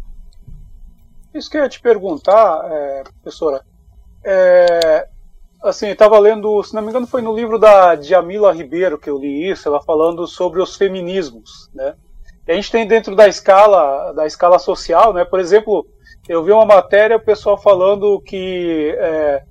Isso que eu ia te perguntar, é, professora, é, assim, estava lendo, se não me engano foi no livro da Djamila Ribeiro que eu li isso, ela falando sobre os feminismos, né? E a gente tem dentro da escala, da escala social, né? Por exemplo, eu vi uma matéria, o pessoal falando que é,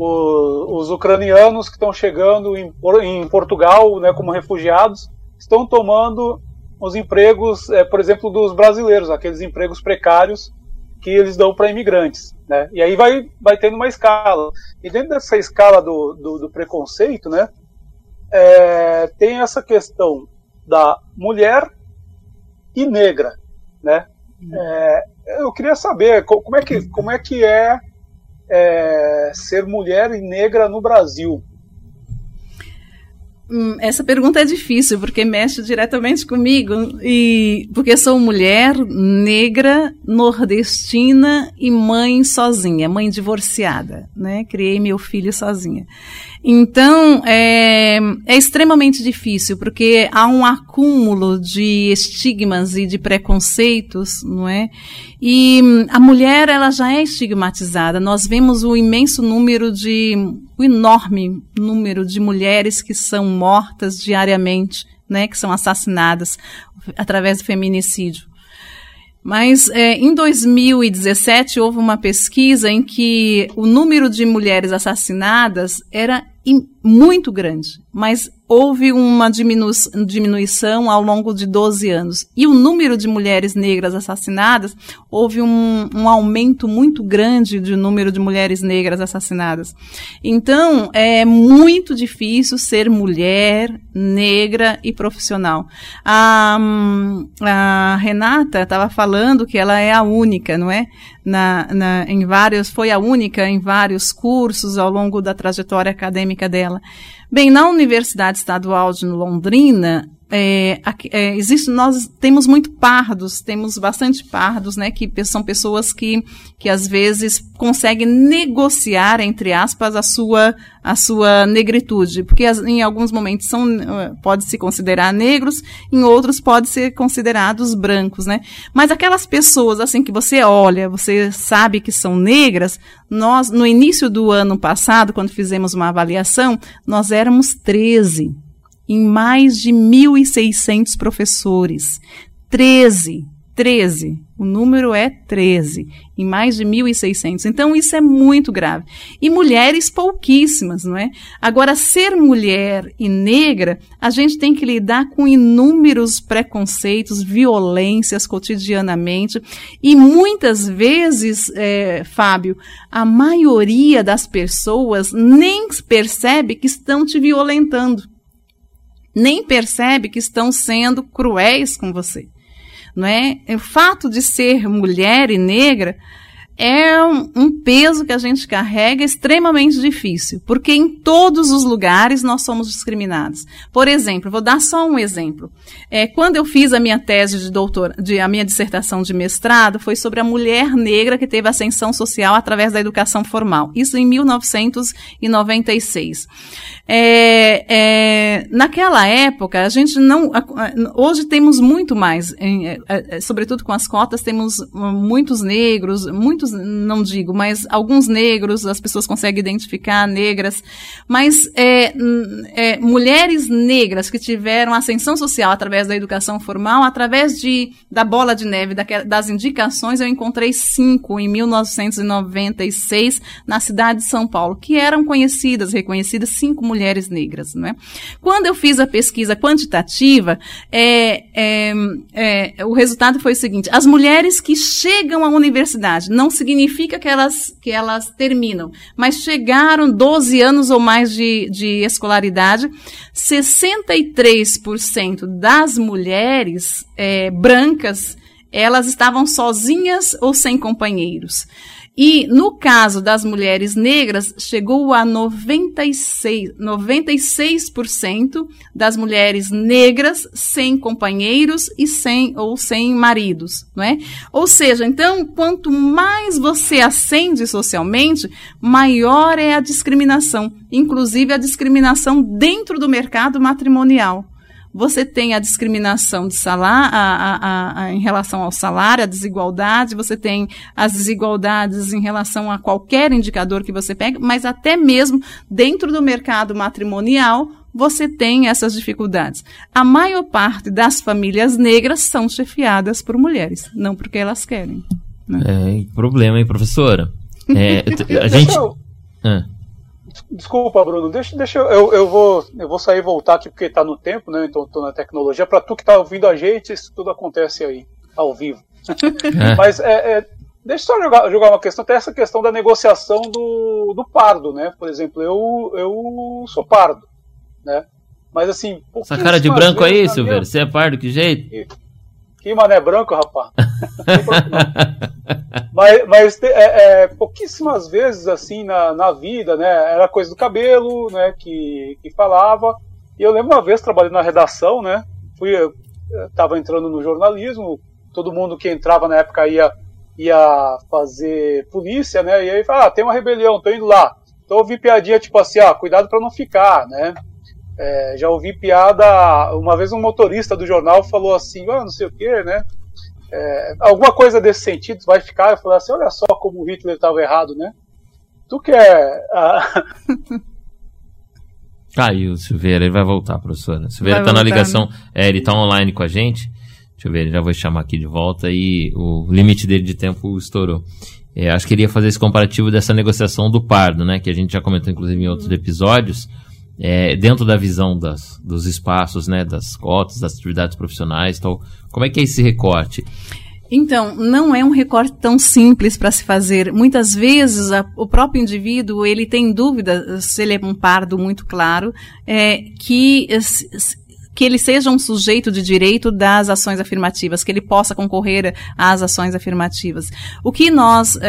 o, os ucranianos que estão chegando em, em Portugal, né, como refugiados, estão tomando os empregos, é, por exemplo, dos brasileiros, aqueles empregos precários que eles dão para imigrantes, né? E aí vai, vai tendo uma escala. E dentro dessa escala do, do, do preconceito, né, é, tem essa questão da mulher e negra, né? É, eu queria saber como é que, como é, que é, é ser mulher e negra no Brasil. Essa pergunta é difícil, porque mexe diretamente comigo, e porque sou mulher, negra, nordestina e mãe sozinha, mãe divorciada, né? Criei meu filho sozinha. Então, é, é extremamente difícil, porque há um acúmulo de estigmas e de preconceitos, não é? E a mulher, ela já é estigmatizada. Nós vemos o imenso número de, o enorme número de mulheres que são mortas diariamente, né? Que são assassinadas através do feminicídio. Mas é, em dois mil e dezessete houve uma pesquisa em que o número de mulheres assassinadas era muito grande, mas houve uma diminu- diminuição ao longo de doze anos. E o número de mulheres negras assassinadas, houve um, um aumento muito grande do número de mulheres negras assassinadas. Então, é muito difícil ser mulher, negra e profissional. A, a Renata estava falando que ela é a única, não é? Na, na, em vários, foi a única em vários cursos ao longo da trajetória acadêmica dela. Bem, na Universidade Estadual de Londrina, é, é, existe, nós temos muito pardos, temos bastante pardos, né, que são pessoas que, que às vezes conseguem negociar, entre aspas, a sua, a sua negritude, porque as, em alguns momentos são, pode se considerar negros, em outros pode ser considerados brancos, né, mas aquelas pessoas, assim, que você olha, você sabe que são negras, nós, no início do ano passado, quando fizemos uma avaliação, nós éramos treze, em mais de mil e seiscentos professores. treze, treze, o número é treze, em mais de mil e seiscentos. Então, isso é muito grave. E mulheres pouquíssimas, não é? Agora, ser mulher e negra, a gente tem que lidar com inúmeros preconceitos, violências cotidianamente, e muitas vezes, é, Fábio, a maioria das pessoas nem percebe que estão te violentando. Nem percebe que estão sendo cruéis com você, não é? O fato de ser mulher e negra é um, um peso que a gente carrega extremamente difícil, porque em todos os lugares nós somos discriminados. Por exemplo, vou dar só um exemplo. É, quando eu fiz a minha tese de doutor, de, a minha dissertação de mestrado, foi sobre a mulher negra que teve ascensão social através da educação formal. Isso em mil novecentos e noventa e seis. É, é, naquela época, a gente não... Hoje temos muito mais, em, é, sobretudo com as cotas, temos muitos negros, muitos, não digo, mas alguns negros, as pessoas conseguem identificar negras, mas é, é, mulheres negras que tiveram ascensão social através da educação formal, através de, da bola de neve, daquela, das indicações, eu encontrei cinco em mil novecentos e noventa e seis na cidade de São Paulo, que eram conhecidas, reconhecidas, cinco mulheres mulheres negras, não é? Quando eu fiz a pesquisa quantitativa, é, é, é, o resultado foi o seguinte: as mulheres que chegam à universidade, não significa que elas, que elas terminam, mas chegaram doze anos ou mais de, de escolaridade, sessenta e três por cento das mulheres é, brancas, elas estavam sozinhas ou sem companheiros. E, no caso das mulheres negras, chegou a noventa e seis, noventa e seis por cento das mulheres negras sem companheiros e sem, ou sem maridos, não é? Ou seja, então, quanto mais você ascende socialmente, maior é a discriminação, inclusive a discriminação dentro do mercado matrimonial. Você tem a discriminação de salário, a, a, a, em relação ao salário, a desigualdade, você tem as desigualdades em relação a qualquer indicador que você pega, mas até mesmo dentro do mercado matrimonial, você tem essas dificuldades. A maior parte das famílias negras são chefiadas por mulheres, não porque elas querem. Né? É, problema, hein, professora? É, a gente... Ah. Desculpa, Bruno, deixa, deixa eu, eu, eu, vou, eu vou sair e voltar aqui porque está no tempo, né? Então estou na tecnologia. Para tu que está ouvindo a gente, isso tudo acontece aí, ao vivo. É. Mas é, é, deixa eu só jogar, jogar uma questão, até essa questão da negociação do, do pardo, né? Por exemplo, eu, eu sou pardo, né? Mas assim... Essa cara de branco aí, Silveira? Você é pardo, que jeito? Que, que mané branco, rapaz. Mas, mas é, é, pouquíssimas vezes, assim, na, na vida, né, era coisa do cabelo, né, que, que falava. E eu lembro uma vez, trabalhando na redação, né, fui, eu estava entrando no jornalismo, todo mundo que entrava na época ia, ia fazer polícia, né, e aí fala, ah, tem uma rebelião, tô indo lá. Então eu ouvi piadinha tipo assim, ah, cuidado para não ficar, né. É, já ouvi piada, uma vez um motorista do jornal falou assim, ah, não sei o que, né. É, alguma coisa desse sentido vai ficar. Eu falei assim, olha só como o Hitler estava errado, né? Tu que é... Uh... Caiu o Silveira, ele vai voltar, professora. O Silveira está na ligação, né? É, ele está online com a gente. Deixa eu ver, já vou chamar aqui de volta e o limite dele de tempo estourou. É, acho que ele ia fazer esse comparativo dessa negociação do pardo, né? Que a gente já comentou inclusive em outros episódios. é, dentro da visão das, dos espaços, né, das cotas, das atividades profissionais, tal, como é que é esse recorte? Então, não é um recorte tão simples para se fazer. Muitas vezes, a, o próprio indivíduo, ele tem dúvida, se ele é um pardo muito claro, é, que, que ele seja um sujeito de direito das ações afirmativas, que ele possa concorrer às ações afirmativas. O que nós,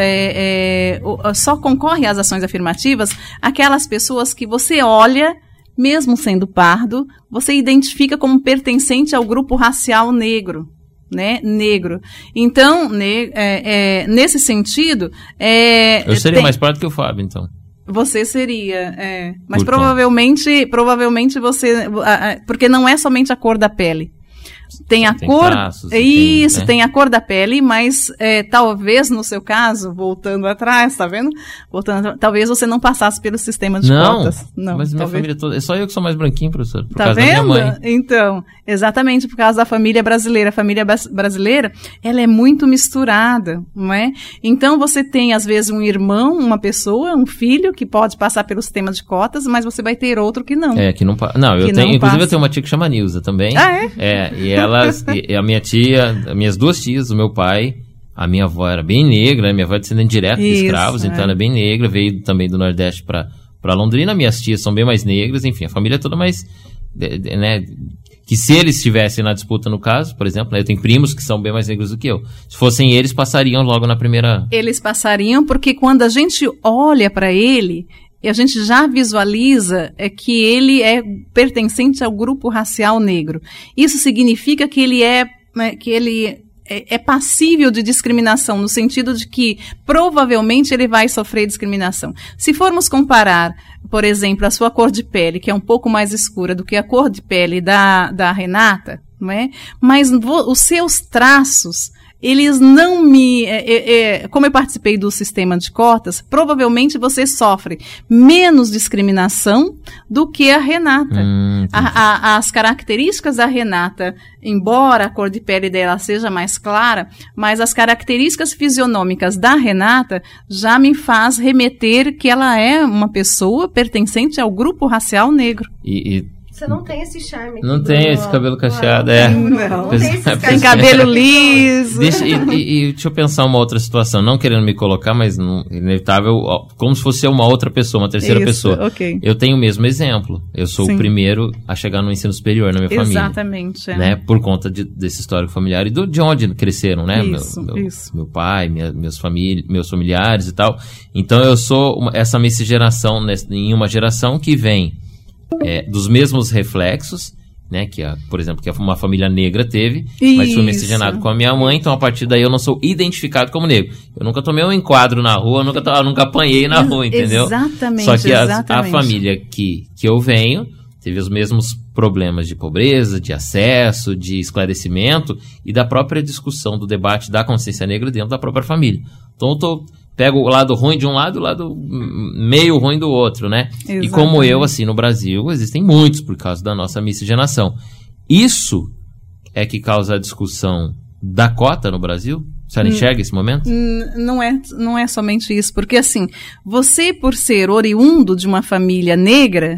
é, é, só concorre às ações afirmativas aquelas pessoas que você olha, mesmo sendo pardo, você identifica como pertencente ao grupo racial negro. Né, negro. Então, ne, é, é, nesse sentido... É, eu seria tem, mais pardo que o Fábio, então. Você seria, é. Mas Por provavelmente, provavelmente você... Porque não é somente a cor da pele. Tem a tem cor... traços, isso, tem, né? tem a cor da pele, mas é, talvez no seu caso, voltando atrás, tá vendo? Voltando, talvez você não passasse pelo sistema de não, cotas. Não, mas minha talvez. família toda... É só eu que sou mais branquinho, professor, por Tá causa vendo? da minha mãe. Então, exatamente por causa da família brasileira. A família brasileira, ela é muito misturada, não é? Então, você tem, às vezes, um irmão, uma pessoa, um filho, que pode passar pelo sistema de cotas, mas você vai ter outro que não. É, que não... Não, eu que tenho... Não inclusive, passa. eu tenho uma tia que chama Nilza também. Ah, é? É, e elas... e a minha tia, as minhas duas tias, o meu pai, a minha avó era bem negra, né? Minha avó é descendente direto de Isso, escravos, é. então ela é bem negra, veio também do Nordeste para para Londrina. Minhas tias são bem mais negras, enfim, a família é toda mais, de, de, né? Que se eles estivessem na disputa, no caso, por exemplo, né, eu tenho primos que são bem mais negros do que eu. Se fossem eles, passariam logo na primeira... Eles passariam porque quando a gente olha para ele, a gente já visualiza é, que ele é pertencente ao grupo racial negro. Isso significa que ele é, né, que ele é, é passível de discriminação, no sentido de que provavelmente ele vai sofrer discriminação. Se formos comparar, por exemplo, a sua cor de pele, que é um pouco mais escura do que a cor de pele da, da Renata, não é? Mas vo, os seus traços... Eles não me... É, é, como eu participei do sistema de cotas, provavelmente você sofre menos discriminação do que a Renata. Hum, a, a, as características da Renata, embora a cor de pele dela seja mais clara, mas as características fisionômicas da Renata já me faz remeter que ela é uma pessoa pertencente ao grupo racial negro. E... e... Você não tem esse charme aqui. Não do... tem esse cabelo cacheado, não, é. Não, não, não tem esse Tem cabelo liso. Deixa, e, e, e deixa eu pensar uma outra situação, não querendo me colocar, mas não, inevitável, como se fosse uma outra pessoa, uma terceira Isso, pessoa. okay. Eu tenho o mesmo exemplo. Eu sou Sim. o primeiro a chegar no ensino superior na minha família. Exatamente. É. Né, por conta de, desse histórico familiar e do, de onde cresceram, né? Isso, meu, meu, isso. meu pai, minha, meus, família, meus familiares e tal. Então eu sou uma, essa miscigenação nessa, em uma geração que vem É, dos mesmos reflexos, né, que, a, por exemplo, que uma família negra teve, Isso. mas fui miscigenado com a minha mãe, então a partir daí eu não sou identificado como negro. Eu nunca tomei um enquadro na rua, nunca, eu nunca apanhei na rua, entendeu? Exatamente. Só que a, exatamente. a família que, que eu venho teve os mesmos problemas de pobreza, de acesso, de esclarecimento e da própria discussão do debate da consciência negra dentro da própria família. Então eu tô... Pego o lado ruim de um lado e o lado meio ruim do outro, né? Exatamente. E como eu, assim, no Brasil, existem muitos por causa da nossa miscigenação. Isso é que causa a discussão da cota no Brasil? A senhora enxerga esse momento? Não é, não é somente isso, porque assim, você por ser oriundo de uma família negra...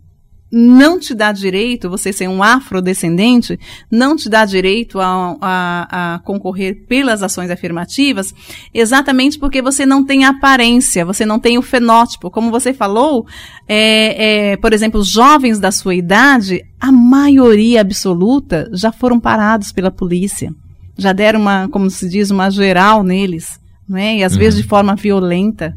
não te dá direito, você ser um afrodescendente, não te dá direito a, a, a concorrer pelas ações afirmativas, exatamente porque você não tem a aparência, você não tem o fenótipo. Como você falou, é, é, por exemplo, os jovens da sua idade, a maioria absoluta já foram parados pela polícia, já deram uma, como se diz, uma geral neles, não é? E às uhum. vezes de forma violenta.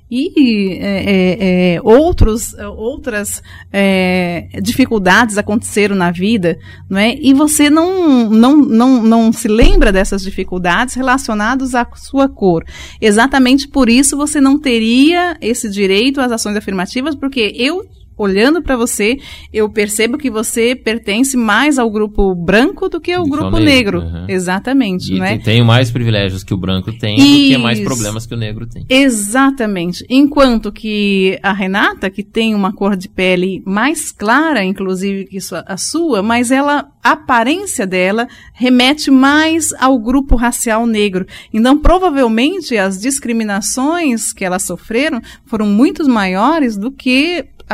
E é, é, outros, outras é, dificuldades aconteceram na vida, não é? E você não, não, não, não se lembra dessas dificuldades relacionadas à sua cor. Exatamente por isso você não teria esse direito às ações afirmativas, porque eu, olhando para você, eu percebo que você pertence mais ao grupo branco do que ao do grupo negro. negro. Uhum. Exatamente. E não é? tenho mais privilégios que o branco tem Isso. do que mais problemas que o negro tem. Exatamente. Enquanto que a Renata, que tem uma cor de pele mais clara, inclusive, que a sua, mas ela, a aparência dela remete mais ao grupo racial negro. Então, provavelmente, as discriminações que elas sofreram foram muito maiores do que a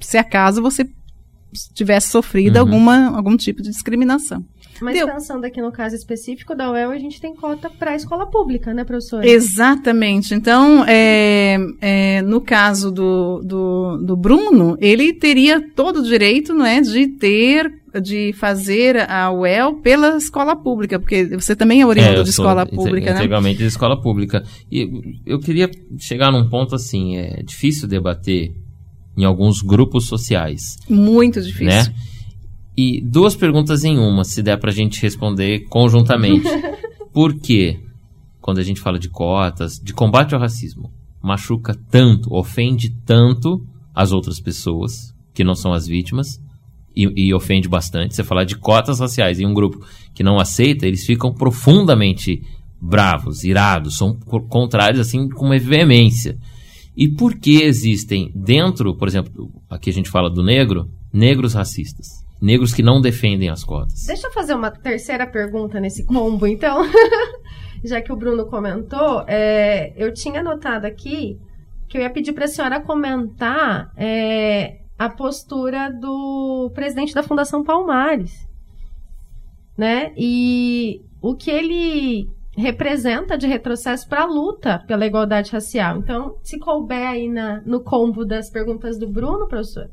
se acaso você tivesse sofrido uhum. alguma, algum tipo de discriminação. Mas Deu. pensando aqui no caso específico da U E L, a gente tem cota para a escola pública, né, professora? Exatamente. Então, é, é, no caso do, do, do Bruno, ele teria todo o direito, não é, de ter, de fazer a U E L pela escola pública, porque você também é oriundo é, de escola pública, né? Integralmente de escola pública. E eu queria chegar num ponto assim, é difícil debater em alguns grupos sociais. Muito difícil. Né? E duas perguntas em uma, se der pra gente responder conjuntamente. Por que, quando a gente fala de cotas, de combate ao racismo, machuca tanto, ofende tanto as outras pessoas, que não são as vítimas, e, e ofende bastante? Você falar de cotas raciais em um grupo que não aceita, eles ficam profundamente bravos, irados, são contrários, assim, com uma veemência. E por que existem dentro, por exemplo, aqui a gente fala do negro, negros racistas? Negros que não defendem as cotas. Deixa eu fazer uma terceira pergunta nesse combo, então. Já que o Bruno comentou, é, eu tinha anotado aqui que eu ia pedir para a senhora comentar é, a postura do presidente da Fundação Palmares, né? E o que ele representa de retrocesso para a luta pela igualdade racial. Então, se couber aí na, no combo das perguntas do Bruno, professor.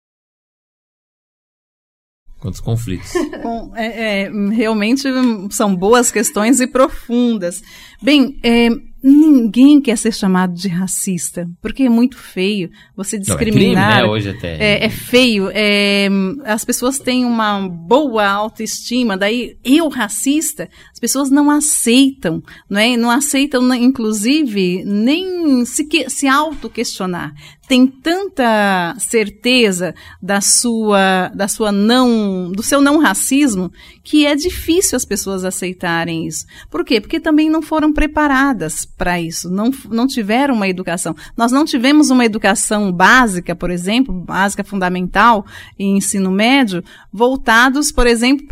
Quantos conflitos? Bom, é, é, realmente são boas questões e profundas. Bem, é, ninguém quer ser chamado de racista, porque é muito feio você discriminar. Não, é crime, né? Hoje até. É, é feio. É, as pessoas têm uma boa autoestima, daí eu racista, as pessoas não aceitam, não é? Não aceitam, inclusive, nem se, se auto-questionar. Tem tanta certeza da sua, da sua não, do seu não racismo, que é difícil as pessoas aceitarem isso. Por quê? Porque também não foram preparadas para isso, não, não tiveram uma educação. Nós não tivemos uma educação básica, por exemplo, básica fundamental e ensino médio, voltados, por exemplo,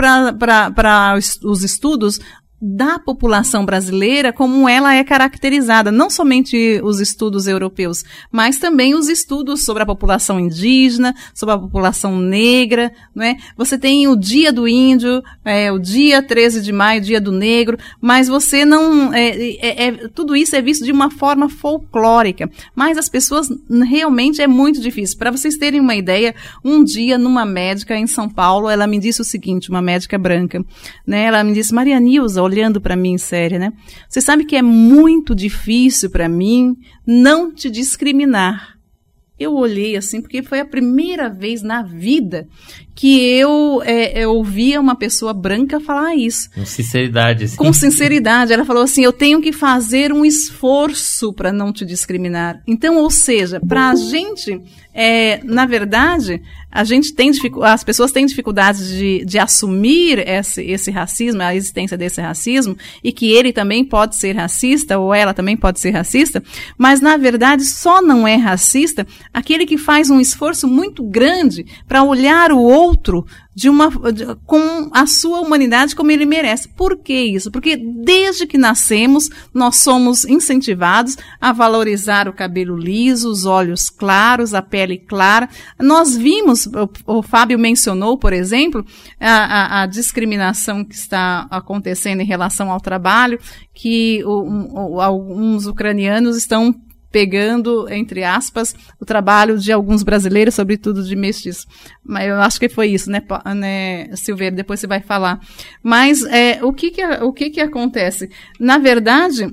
para os estudos da população brasileira, como ela é caracterizada, não somente os estudos europeus, mas também os estudos sobre a população indígena, sobre a população negra, não é? Você tem o Dia do Índio, é, o dia treze de maio, Dia do Negro, mas você não, é, é, é, tudo isso é visto de uma forma folclórica, mas as pessoas realmente é muito difícil. Para vocês terem uma ideia, um dia numa médica em São Paulo, ela me disse o seguinte, uma médica branca, né? Ela me disse: Maria Nilza, olhando para mim séria, né? Você sabe que é muito difícil para mim não te discriminar. Eu olhei assim, porque foi a primeira vez na vida que eu, é, eu ouvia uma pessoa branca falar isso. Com sinceridade. Assim. Com sinceridade. Ela falou assim, eu tenho que fazer um esforço para não te discriminar. Então, ou seja, para a gente, é, na verdade, a gente tem as pessoas têm dificuldade de, de assumir esse, esse racismo, a existência desse racismo, e que ele também pode ser racista, ou ela também pode ser racista, mas, na verdade, só não é racista aquele que faz um esforço muito grande para olhar o outro outro de uma, de, com a sua humanidade como ele merece. Por que isso? Porque desde que nascemos, nós somos incentivados a valorizar o cabelo liso, os olhos claros, a pele clara. Nós vimos, o, o Fábio mencionou, por exemplo, a, a, a discriminação que está acontecendo em relação ao trabalho, que o, o, alguns ucranianos estão pegando, entre aspas, o trabalho de alguns brasileiros, sobretudo de mestiços. Mas eu acho que foi isso, né, né Silveira? Depois você vai falar. Mas é, o, que, que, o que, que acontece? Na verdade,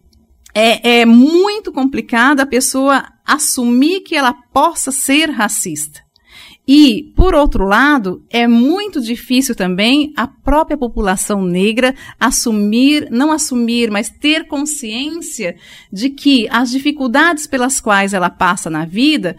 é, é muito complicado a pessoa assumir que ela possa ser racista. E, por outro lado, é muito difícil também a própria população negra assumir, não assumir, mas ter consciência de que as dificuldades pelas quais ela passa na vida,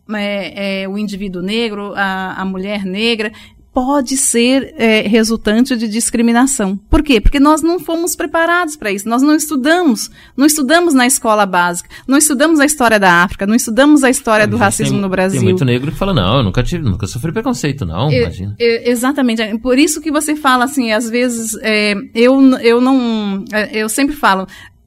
é, é, o indivíduo negro, a, a mulher negra, pode ser é, resultante de discriminação. Por quê? Porque nós não fomos preparados para isso, nós não estudamos, não estudamos na escola básica, não estudamos a história da África, não estudamos a história é, do racismo tem, no Brasil. Tem muito negro que fala, não, eu nunca tive, nunca sofri preconceito, não, é, imagina. É, exatamente, por isso que você fala assim, às vezes, é, eu, eu não, eu sempre falo,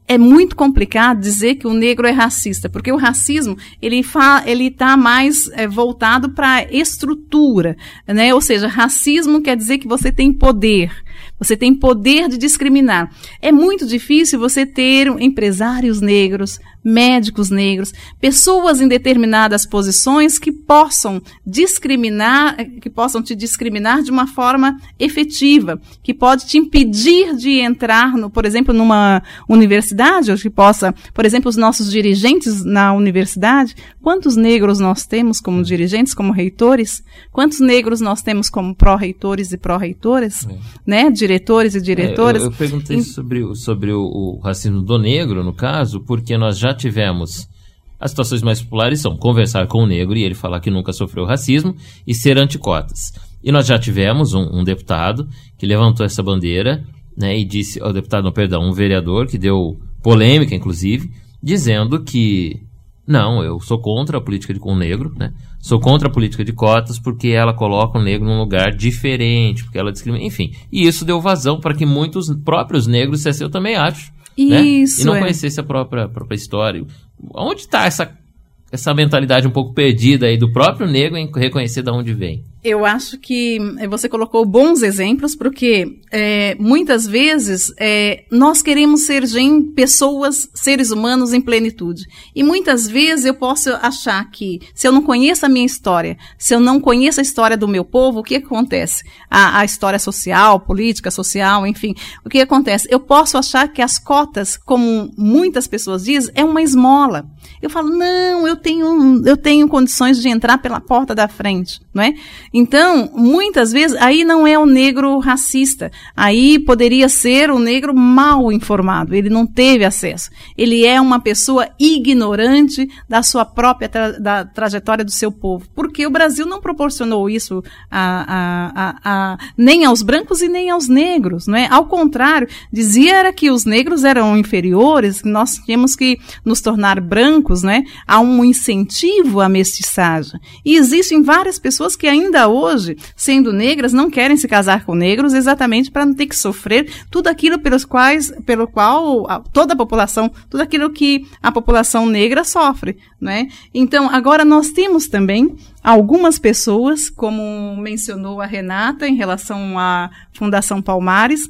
é muito complicado dizer que o negro é racista, porque o racismo, ele fa, ele está mais é, voltado para a estrutura, né? Ou seja, racismo quer dizer que você tem poder, você tem poder de discriminar. É muito difícil você ter empresários negros, médicos negros, pessoas em determinadas posições que possam discriminar, que possam te discriminar de uma forma efetiva, que pode te impedir de entrar, no, por exemplo, numa universidade, ou que possa, por exemplo, os nossos dirigentes na universidade, quantos negros nós temos como dirigentes, como reitores? Quantos negros nós temos como pró-reitores e pró-reitoras? É. Né? Diretores e diretoras? É, eu, eu perguntei em... sobre, sobre o, o racismo do negro, no caso, porque nós já tivemos as situações mais populares são conversar com o negro e ele falar que nunca sofreu racismo e ser anticotas. E nós já tivemos um, um deputado que levantou essa bandeira, né, e disse, oh, deputado, não, perdão, um vereador que deu polêmica, inclusive, dizendo que não, eu sou contra a política de com o negro, né, sou contra a política de cotas porque ela coloca o negro num lugar diferente, porque ela discrimina, enfim. E isso deu vazão para que muitos próprios negros dissessem, eu também acho. Isso, né? E não é. conhecesse a própria, a própria história. Onde está essa, essa mentalidade um pouco perdida aí do próprio negro em reconhecer de onde vem? Eu acho que você colocou bons exemplos, porque é, muitas vezes é, nós queremos ser gente, pessoas, seres humanos em plenitude. E muitas vezes eu posso achar que, se eu não conheço a minha história, se eu não conheço a história do meu povo, o que acontece? A, a história social, política, social, enfim, o que acontece? Eu posso achar que as cotas, como muitas pessoas dizem, é uma esmola. Eu falo, não, eu tenho, eu tenho condições de entrar pela porta da frente, não é? Então, muitas vezes, aí não é o negro racista, aí poderia ser o negro mal informado, ele não teve acesso, ele é uma pessoa ignorante da sua própria tra- da trajetória do seu povo, porque o Brasil não proporcionou isso a, a, a, a, nem aos brancos e nem aos negros, não é? Ao contrário, dizia era que os negros eram inferiores, que nós tínhamos que nos tornar brancos, né? Há um incentivo à mestiçagem, e existem várias pessoas que ainda hoje, sendo negras, não querem se casar com negros exatamente para não ter que sofrer tudo aquilo pelos quais, pelo qual a, toda a população, tudo aquilo que a população negra sofre, né? Então, agora nós temos também algumas pessoas, como mencionou a Renata em relação à Fundação Palmares,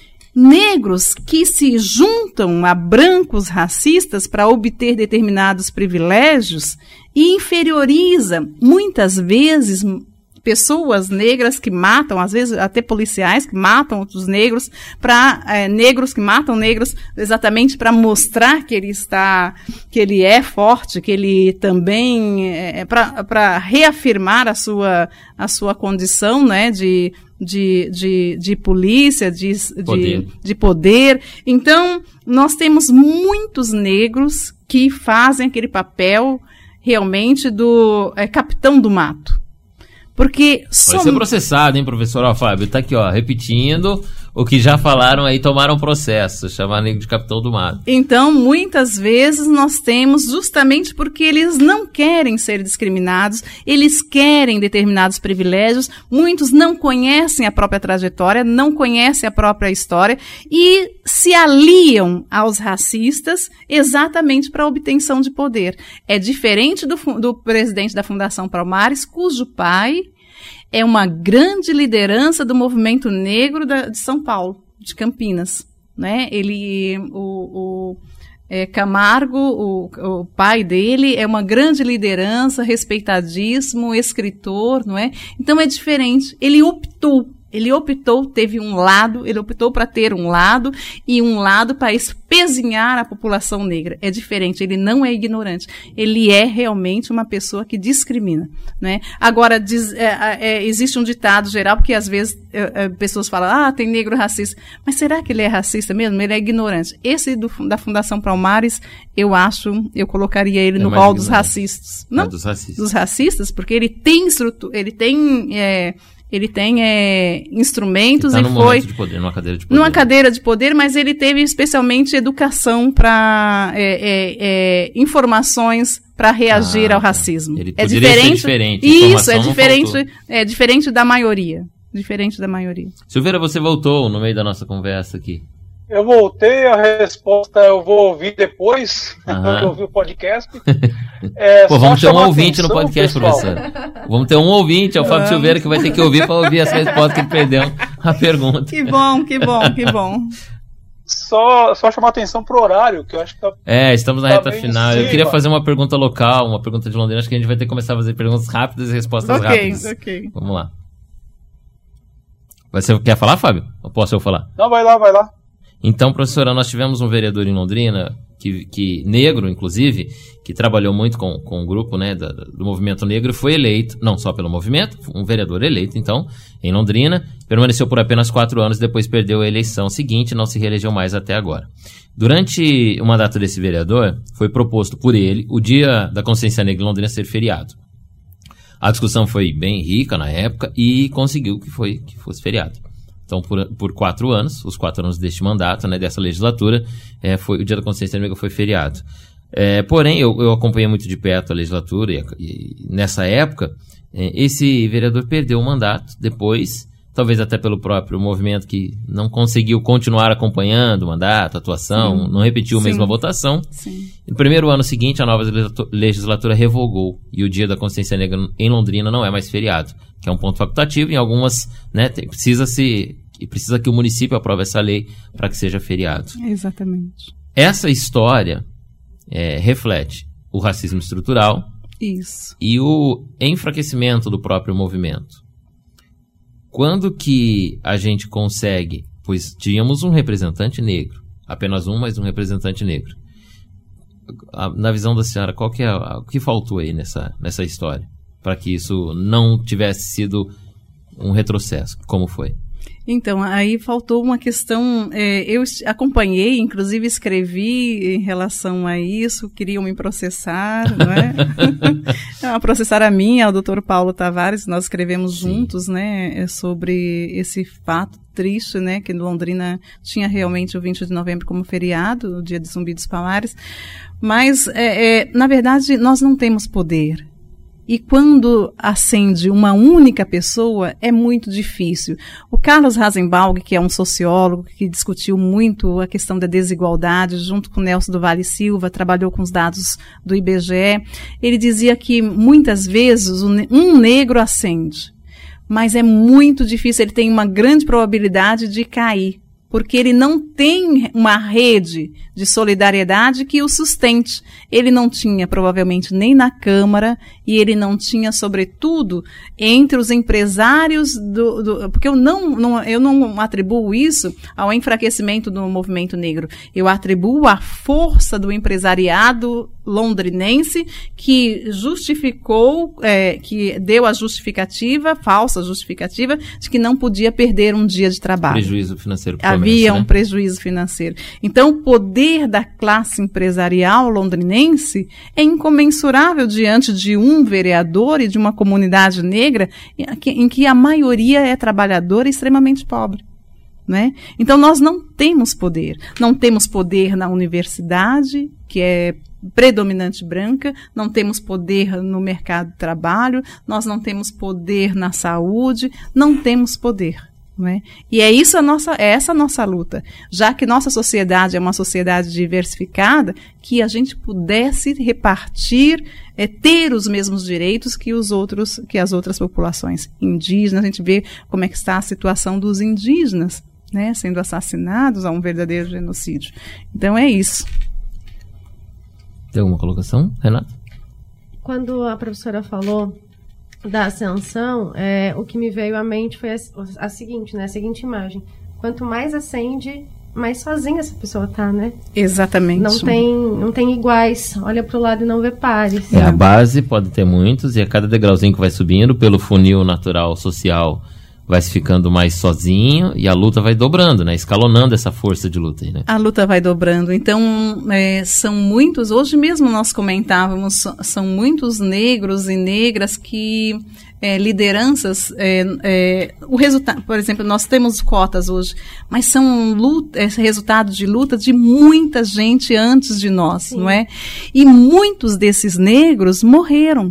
negros que se juntam a brancos racistas para obter determinados privilégios e inferioriza, muitas vezes, pessoas negras que matam, às vezes até policiais que matam outros negros, para é, negros que matam negros exatamente para mostrar que ele está, que ele é forte, que ele também é, para reafirmar a sua, a sua condição, né, de De, de, de polícia, de poder. De, de poder. Então, nós temos muitos negros que fazem aquele papel realmente do é, capitão do mato. Porque Vai som... ser processado, hein, professor? Ó, Fábio, tá aqui, ó, repetindo o que já falaram aí, tomaram processo, chamar negro de capitão do mato. Então, muitas vezes nós temos, justamente porque eles não querem ser discriminados, eles querem determinados privilégios, muitos não conhecem a própria trajetória, não conhecem a própria história e se aliam aos racistas exatamente para a obtenção de poder. É diferente do, do presidente da Fundação Palmares, cujo pai é uma grande liderança do movimento negro da, de São Paulo, de Campinas, né? Ele, o, o é, Camargo, o, o pai dele, é uma grande liderança, respeitadíssimo, escritor, não é? Então é diferente. Ele optou. Ele optou, teve um lado, ele optou para ter um lado e um lado para espezinhar a população negra. É diferente, ele não é ignorante. Ele é realmente uma pessoa que discrimina, né? Agora, diz, é, é, existe um ditado geral, porque às vezes é, é, pessoas falam, ah, tem negro racista. Mas será que ele é racista mesmo? Ele é ignorante. Esse do, da Fundação Palmares, eu acho, eu colocaria ele é no rol dos racistas. Não, é dos racistas. Dos racistas, porque ele tem estrutura, ele tem... É, Ele tem é, instrumentos tá e foi... De poder, numa cadeira de poder. Numa cadeira de poder, mas ele teve especialmente educação para... É, é, é, informações para reagir ah, ao racismo. Ele é poderia diferente, ser diferente. Isso, é diferente, é diferente da maioria. Diferente da maioria. Silveira, você voltou no meio da nossa conversa aqui. Eu voltei, a resposta eu vou ouvir depois, Aham. eu ouvi o podcast. É, Pô, só vamos ter um chamar ouvinte no atenção, podcast, pessoal. professor. Vamos ter um ouvinte, é o Fábio Silveira, que vai ter que ouvir para ouvir as respostas que ele perdeu a pergunta. Que bom, que bom, que bom. Só, só chamar atenção pro horário, que eu acho que tá... É, estamos na Tá reta bem em final. Eu cima. queria fazer uma pergunta local, uma pergunta de Londrina. Acho que a gente vai ter que começar a fazer perguntas rápidas e respostas Ok, rápidas. ok. Vamos lá. Você quer falar, Fábio? Ou posso eu falar? Não, vai lá, vai lá. Então, professora, nós tivemos um vereador em Londrina, que, que negro, inclusive, que trabalhou muito com, com o grupo, né, do, do movimento negro, foi eleito, não só pelo movimento, um vereador eleito, então, em Londrina, permaneceu por apenas quatro anos, depois perdeu a eleição seguinte e não se reelegeu mais até agora. Durante o mandato desse vereador, foi proposto por ele o Dia da Consciência Negra em Londrina ser feriado. A discussão foi bem rica na época e conseguiu que, foi, que fosse feriado. Então, por, por quatro anos, os quatro anos deste mandato, né, dessa legislatura, é, foi, o Dia da Consciência Negra foi feriado. É, porém, eu, eu acompanhei muito de perto a legislatura e, e nessa época, é, esse vereador perdeu o mandato. Depois, talvez até pelo próprio movimento que não conseguiu continuar acompanhando o mandato, a atuação, Sim. não repetiu a Sim. mesma votação. Sim. No primeiro ano seguinte, a nova legislatura revogou e o Dia da Consciência Negra em Londrina não é mais feriado, que é um ponto facultativo. Em algumas, né, tem, precisa se e precisa que o município aprove essa lei para que seja feriado. Exatamente. Essa história é, reflete o racismo estrutural Isso. e o enfraquecimento do próprio movimento. Quando que a gente consegue, pois tínhamos um representante negro, apenas um, mas um representante negro. A, na visão da senhora, qual que é a, o que faltou aí nessa, nessa história para que isso não tivesse sido um retrocesso, como foi? Então, aí faltou uma questão, é, eu acompanhei, inclusive escrevi em relação a isso, queriam me processar, não é? Processar a mim, ao doutor Paulo Tavares, nós escrevemos Sim. juntos, né, sobre esse fato triste, né, que Londrina tinha realmente o vinte de novembro como feriado, o dia de Zumbi dos Palmares, mas, é, é, na verdade, nós não temos poder. E quando acende uma única pessoa, é muito difícil. O Carlos Rasenbalg, que é um sociólogo que discutiu muito a questão da desigualdade, junto com o Nelson do Vale Silva, trabalhou com os dados do I B G E, ele dizia que muitas vezes um negro acende, mas é muito difícil, ele tem uma grande probabilidade de cair, porque ele não tem uma rede de solidariedade que o sustente. Ele não tinha, provavelmente, nem na Câmara, e ele não tinha, sobretudo, entre os empresários, do, do, porque eu não, não, eu não atribuo isso ao enfraquecimento do movimento negro. Eu atribuo à força do empresariado londrinense que justificou, é, que deu a justificativa, falsa justificativa, de que não podia perder um dia de trabalho. Prejuízo financeiro pro Havia comércio, um né? prejuízo financeiro. Então, o poder da classe empresarial londrinense é incomensurável diante de um vereador e de uma comunidade negra em que a maioria é trabalhadora e extremamente pobre. Né? Então, nós não temos poder. Não temos poder na universidade, que é predominante branca, não temos poder no mercado de trabalho, nós não temos poder na saúde, não temos poder. Não é? E é isso a nossa, é essa a nossa luta, já que nossa sociedade é uma sociedade diversificada, que a gente pudesse repartir, é, ter os mesmos direitos que os outros, que as outras populações indígenas. A gente vê como é que está a situação dos indígenas, né, sendo assassinados, a um verdadeiro genocídio. Então é isso. Tem alguma colocação, Renata? Quando a professora falou da ascensão, é, o que me veio à mente foi a, a seguinte, né? A seguinte imagem. Quanto mais acende, mais sozinha essa pessoa tá, né? Exatamente. Não tem, não tem iguais. Olha pro lado e não vê pares. É, a base pode ter muitos, e a cada degrauzinho que vai subindo, pelo funil natural social, vai se ficando mais sozinho, e a luta vai dobrando, né? Escalonando essa força de luta aí, né? A luta vai dobrando. Então, é, são muitos, hoje mesmo nós comentávamos, são muitos negros e negras que, é, lideranças, é, é, o resultado, por exemplo, nós temos cotas hoje, mas são luta, é, resultado de luta de muita gente antes de nós, Sim. não é? E muitos desses negros morreram.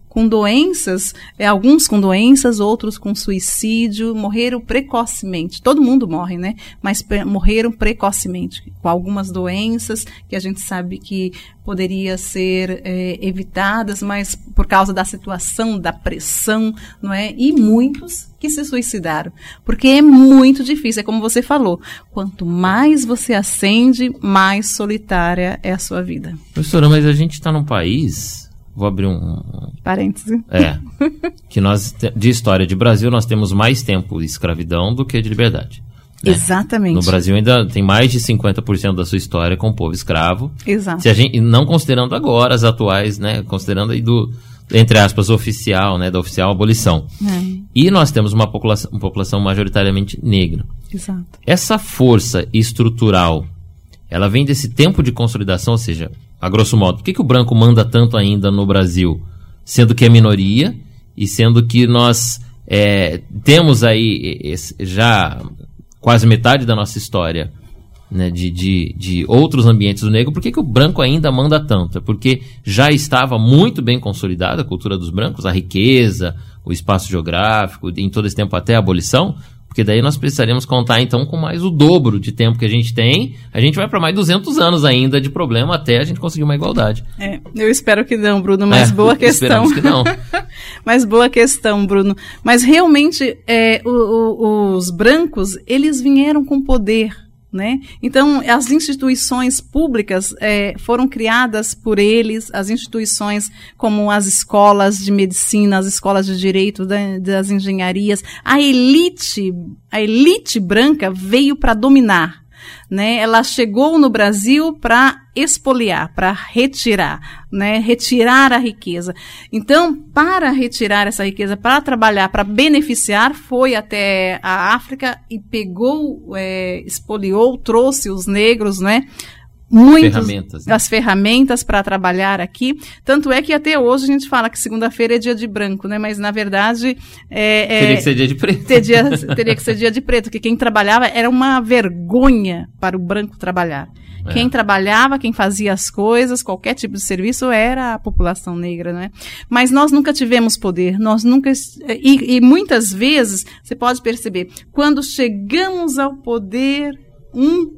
com doenças, é, alguns com doenças, outros com suicídio, morreram precocemente. Todo mundo morre, né? Mas pre- morreram precocemente, com algumas doenças que a gente sabe que poderia ser é, evitadas, mas por causa da situação, da pressão, não é? E muitos que se suicidaram, porque é muito difícil, é como você falou, quanto mais você acende, mais solitária é a sua vida. Professora, mas a gente está num país... Vou abrir um... Parêntese. É. Que nós, de história de Brasil, nós temos mais tempo de escravidão do que de liberdade. Né? Exatamente. No Brasil ainda tem mais de cinquenta por cento da sua história com o povo escravo. Exato. Se a gente, não considerando agora as atuais, né? Considerando aí do, entre aspas, oficial, né? Da oficial abolição. É. E nós temos uma população, uma população majoritariamente negra. Exato. Essa força estrutural, ela vem desse tempo de consolidação, ou seja... A grosso modo, por que, que o branco manda tanto ainda no Brasil? Sendo que é minoria e sendo que nós é, temos aí esse, já quase metade da nossa história, né, de, de, de outros ambientes do negro. Por que, que o branco ainda manda tanto? É porque já estava muito bem consolidada a cultura dos brancos, a riqueza, o espaço geográfico, em todo esse tempo até a abolição. Porque daí nós precisaríamos contar, então, com mais o dobro de tempo que a gente tem. A gente vai para mais duzentos anos ainda de problema até a gente conseguir uma igualdade. É, eu espero que não, Bruno, mas é, boa questão. Esperamos que não. Mas boa questão, Bruno. Mas realmente, é, o, o, os brancos, eles vieram com poder, né? Então, as instituições públicas é, foram criadas por eles, as instituições como as escolas de medicina, as escolas de direito, da, das engenharias. A elite, a elite branca veio para dominar, né? Ela chegou no Brasil para expoliar, para retirar, né? Retirar a riqueza. Então, para retirar essa riqueza, para trabalhar, para beneficiar, foi até a África e pegou, é, expoliou, trouxe os negros, né? Muitas ferramentas, né? As ferramentas para trabalhar aqui. Tanto é que até hoje a gente fala que segunda-feira é dia de branco, né? Mas na verdade é, é, teria que ser dia de preto. Teria, teria que ser dia de preto, porque quem trabalhava era uma vergonha para o branco trabalhar. É. Quem trabalhava, quem fazia as coisas, qualquer tipo de serviço era a população negra, né? Mas nós nunca tivemos poder, nós nunca e, e muitas vezes você pode perceber quando chegamos ao poder um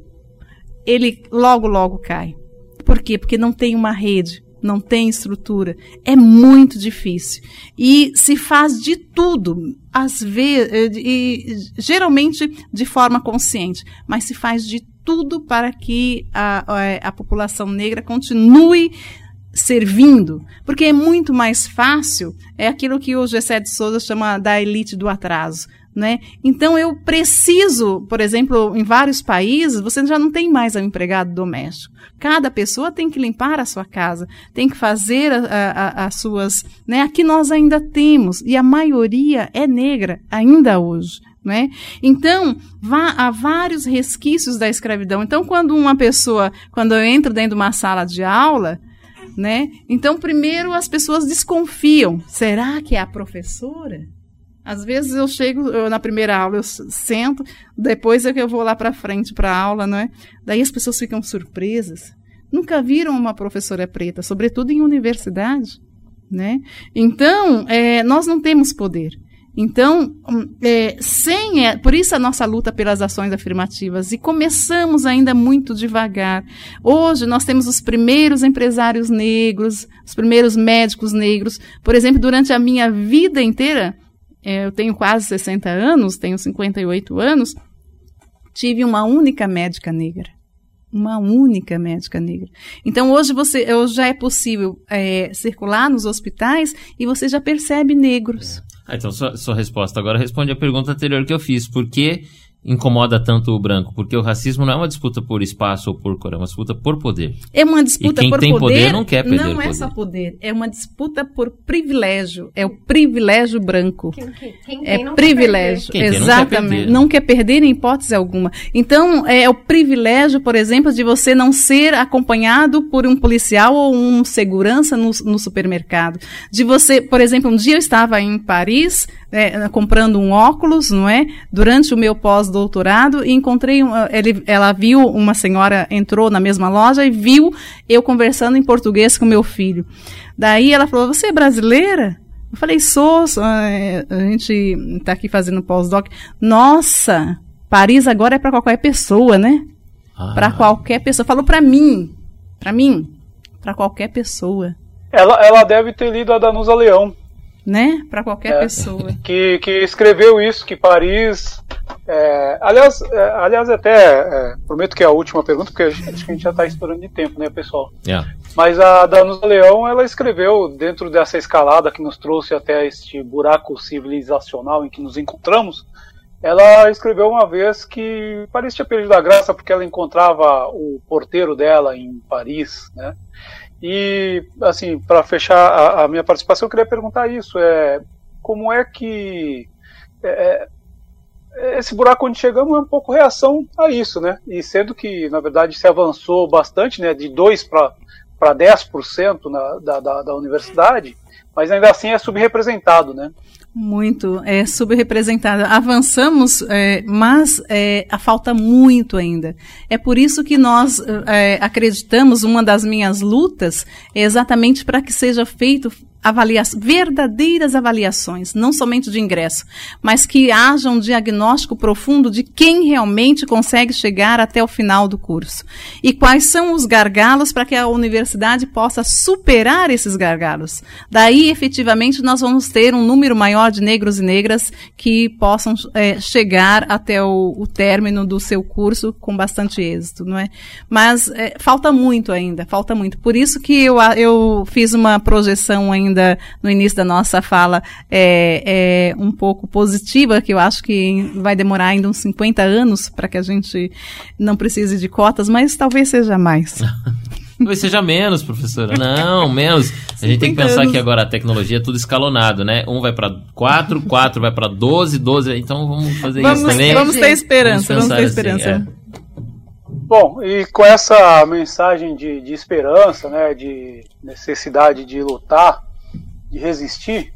ele logo, logo cai. Por quê? Porque não tem uma rede, não tem estrutura. É muito difícil. E se faz de tudo, às vezes, e, geralmente de forma consciente, mas se faz de tudo para que a, a, a população negra continue servindo, porque é muito mais fácil, é aquilo que o Gessé de Souza chama da elite do atraso. Né? Então eu preciso, por exemplo, em vários países, você já não tem mais um empregado doméstico. Cada pessoa tem que limpar a sua casa, tem que fazer a, a, as suas... Né? Aqui nós ainda temos, e a maioria é negra ainda hoje. Né? Então, vá, há vários resquícios da escravidão. Então, quando uma pessoa, quando eu entro dentro de uma sala de aula, né? Então, primeiro as pessoas desconfiam. Será que é a professora? Às vezes eu chego, eu, na primeira aula eu sento, depois é que eu vou lá para frente para a aula, não é? Daí as pessoas ficam surpresas. Nunca viram uma professora preta, sobretudo em universidade, né? Então, é, nós não temos poder. Então, é, sem, é, por isso a nossa luta pelas ações afirmativas, e começamos ainda muito devagar. Hoje nós temos os primeiros empresários negros, os primeiros médicos negros. Por exemplo, durante a minha vida inteira, eu tenho quase sessenta anos, tenho cinquenta e oito anos, tive uma única médica negra. Uma única médica negra. Então, hoje, você, hoje já é possível é, circular nos hospitais e você já percebe negros. Ah, então, sua, sua resposta agora responde a pergunta anterior que eu fiz. Por que incomoda tanto o branco? Porque o racismo não é uma disputa por espaço ou por cor, é uma disputa por poder. É uma disputa por poder. E quem tem poder não quer perder o poder. Não é só poder, é uma disputa por privilégio. É o privilégio branco. Quem, quem, quem é não privilégio. Quem tem Exatamente. Não quer, perder, não quer perder em hipótese alguma. Então, é o privilégio, por exemplo, de você não ser acompanhado por um policial ou um segurança no, no supermercado. De você, por exemplo, um dia eu estava em Paris, é, comprando um óculos, não é? Durante o meu pós-doutorado, e encontrei, uma, ele, ela viu, uma senhora entrou na mesma loja e viu eu conversando em português com meu filho. Daí ela falou, você é brasileira? Eu falei, sou, sou é, a gente está aqui fazendo pós-doc. Nossa, Paris agora é para qualquer pessoa, né? Ah. Para qualquer pessoa. Falou para mim, para mim, para qualquer pessoa. Ela, ela deve ter lido a Danusa Leão. Né? Para qualquer é, pessoa. Que, que escreveu isso, que Paris... É, aliás, é, aliás, até é, prometo que é a última pergunta, porque acho que a gente já está estourando de tempo, né, pessoal? Yeah. Mas a Danusa Leão, ela escreveu, dentro dessa escalada que nos trouxe até este buraco civilizacional em que nos encontramos, ela escreveu uma vez que Paris tinha perdido a graça porque ela encontrava o porteiro dela em Paris, né? E, assim, para fechar a, a minha participação, eu queria perguntar isso, é, como é que é, esse buraco onde chegamos é um pouco reação a isso, né? E sendo que, na verdade, se avançou bastante, né, de dois para dez por cento na, da, da, da universidade, mas ainda assim é subrepresentado, né? Muito, é subrepresentada. Avançamos, é, mas é, falta muito ainda. É por isso que nós é, acreditamos, uma das minhas lutas é exatamente para que seja feito avalia- verdadeiras avaliações, não somente de ingresso, mas que haja um diagnóstico profundo de quem realmente consegue chegar até o final do curso. E quais são os gargalos para que a universidade possa superar esses gargalos. Daí, efetivamente, nós vamos ter um número maior de negros e negras que possam é, chegar até o, o término do seu curso com bastante êxito, não é? Mas é, falta muito ainda, falta muito. Por isso que eu, eu fiz uma projeção ainda no início da nossa fala é, é um pouco positiva, que eu acho que vai demorar ainda uns cinquenta anos para que a gente não precise de cotas, mas talvez seja mais. Talvez seja menos, professora. Não, menos. A gente tem que pensar que agora a tecnologia é tudo escalonado, né? Um vai para quatro, quatro vai para doze, doze. Então vamos fazer vamos, isso também. Vamos ter esperança, vamos, vamos ter esperança. Assim, é. Bom, e com essa mensagem de, de esperança, né, de necessidade de lutar, de resistir,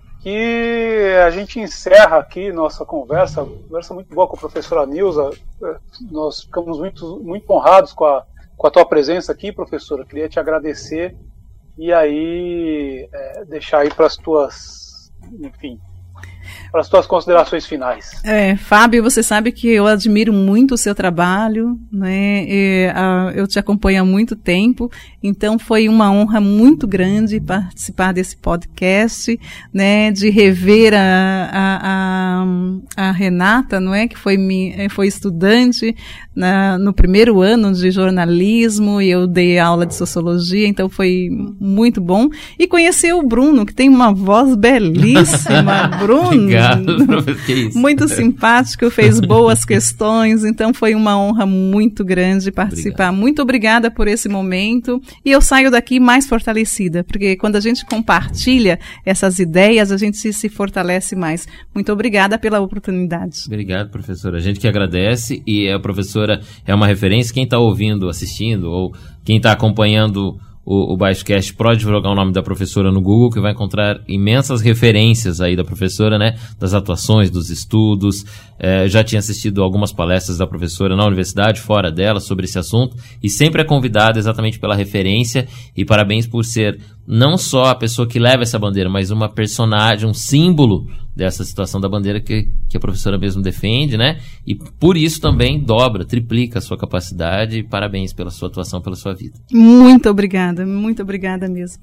que a gente encerra aqui nossa conversa, conversa muito boa com a professora Nilza. Nós ficamos muito, muito honrados com a, com a tua presença aqui, professora. Queria te agradecer e aí é, deixar aí para as tuas, enfim, para as tuas considerações finais. É, Fábio, você sabe que eu admiro muito o seu trabalho, né? E, uh, eu te acompanho há muito tempo, então foi uma honra muito grande participar desse podcast, né? De rever a, a, a, a Renata, não é? Que foi, foi estudante na, no primeiro ano de jornalismo e eu dei aula de sociologia, então foi muito bom. E conhecer o Bruno, que tem uma voz belíssima, Bruno. Obrigado, professor. Que isso? Muito simpático, fez boas questões, então foi uma honra muito grande participar. Obrigado. Muito obrigada por esse momento e eu saio daqui mais fortalecida, porque quando a gente compartilha essas ideias, a gente se, se fortalece mais. Muito obrigada pela oportunidade. Obrigado, professora. A gente que agradece e a professora é uma referência. Quem está ouvindo, assistindo ou quem está acompanhando o, o BaixoCast pode jogar o nome da professora no Google, que vai encontrar imensas referências aí da professora, né? Das atuações, dos estudos. É, já tinha assistido algumas palestras da professora na universidade, fora dela, sobre esse assunto, e sempre é convidada exatamente pela referência, e parabéns por ser não só a pessoa que leva essa bandeira, mas uma personagem, um símbolo dessa situação da bandeira que, que a professora mesmo defende, né? E por isso também dobra, triplica a sua capacidade, e parabéns pela sua atuação, pela sua vida. Muito obrigada, muito obrigada mesmo.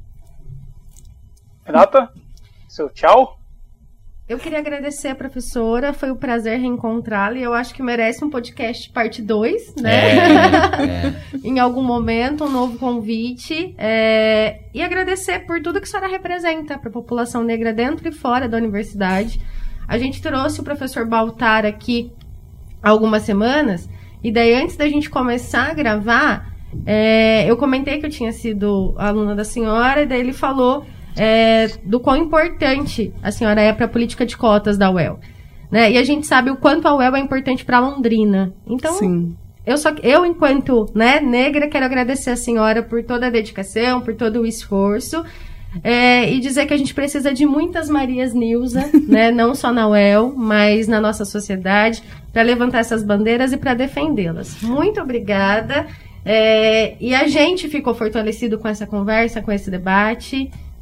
Renata, seu tchau. Eu queria agradecer a professora, foi um prazer reencontrá-la e eu acho que merece um podcast parte dois, né? É, é. Em algum momento, um novo convite. É... E agradecer por tudo que a senhora representa para a população negra dentro e fora da universidade. A gente trouxe o professor Baltar aqui há algumas semanas e daí antes da gente começar a gravar, é... eu comentei que eu tinha sido aluna da senhora e daí ele falou... É, do quão importante a senhora é para a política de cotas da U E L, né? E a gente sabe o quanto a U E L é importante para Londrina. Então, sim. eu só eu enquanto, né, negra quero agradecer a senhora por toda a dedicação, por todo o esforço, é, e dizer que a gente precisa de muitas Marias Nilza, né? Não só na U E L, mas na nossa sociedade, para levantar essas bandeiras e para defendê-las. Muito obrigada. É, e a gente ficou fortalecido com essa conversa, com esse debate.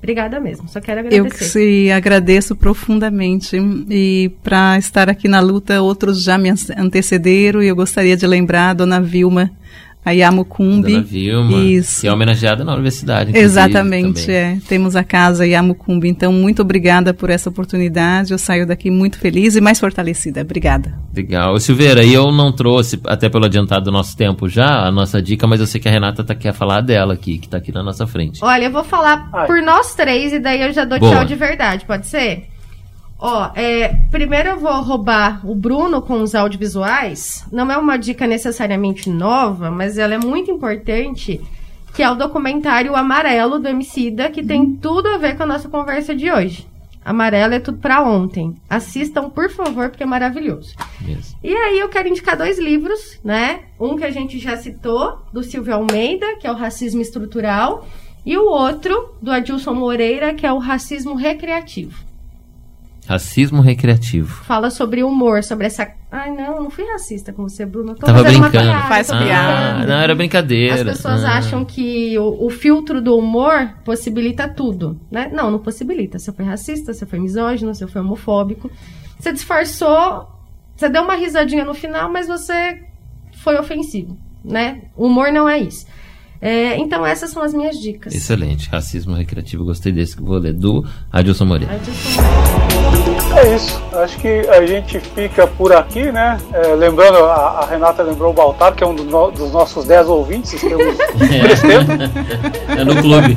Obrigada mesmo, só quero agradecer. Eu que se agradeço profundamente, e para estar aqui na luta, outros já me antecederam, e eu gostaria de lembrar a dona Vilma Ayamucumbi. Dona Vilma, isso. que é homenageada na universidade. Exatamente, é. Temos a casa Ayamucumbi, então muito obrigada por essa oportunidade, eu saio daqui muito feliz e mais fortalecida. Obrigada. Legal. Silveira, e eu não trouxe, até pelo adiantado do nosso tempo já, a nossa dica, mas eu sei que a Renata tá, quer falar dela aqui, que está aqui na nossa frente. Olha, eu vou falar Ai. por nós três e daí eu já dou Boa. tchau de verdade, pode ser? Ó, é, primeiro eu vou roubar o Bruno com os audiovisuais. Não é uma dica necessariamente nova, mas ela é muito importante, que é o documentário Amarelo do Emicida, que tem tudo a ver com a nossa conversa de hoje. Amarelo é tudo pra ontem. Assistam, por favor, porque é maravilhoso. Yes. E aí eu quero indicar dois livros, né? Um que a gente já citou, do Silvio Almeida, que é o Racismo Estrutural, e o outro, do Adilson Moreira, que é o Racismo Recreativo. Racismo recreativo. Fala sobre humor, sobre essa... Ai, não, eu não fui racista com você, Bruno. Eu tô Tava fazendo brincando. Uma piada, Faz tô piada. brincando. Não, era brincadeira. As pessoas ah. acham que o, o filtro do humor possibilita tudo, né? Não, não possibilita. Você foi racista, você foi misógino, você foi homofóbico. Você disfarçou, você deu uma risadinha no final, mas você foi ofensivo, né? O humor não é isso. É, então essas são as minhas dicas. Excelente. Racismo recreativo. Gostei desse que vou ler. Do Adilson Moreira. Adilson Moreira. É isso. Acho que a gente fica por aqui, né? É, lembrando, a, a Renata lembrou o Baltar, que é um do no, dos nossos dez ouvintes. Temos Presteto. É no clube.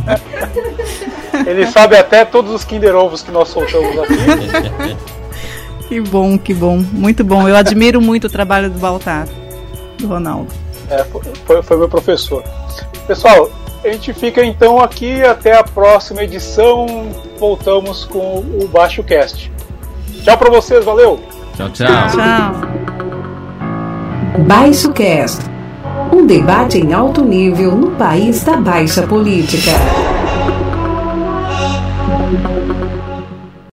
Ele sabe até todos os Kinder Ovos que nós soltamos aqui. Que bom, que bom. Muito bom. Eu admiro muito o trabalho do Baltar, do Ronaldo. É, foi, foi meu professor. Pessoal, a gente fica então aqui até a próxima edição. Voltamos com o Baixo Cast. Tchau pra vocês, valeu! Tchau, tchau. Tchau. Baixo Cast, um debate em alto nível no país da baixa política.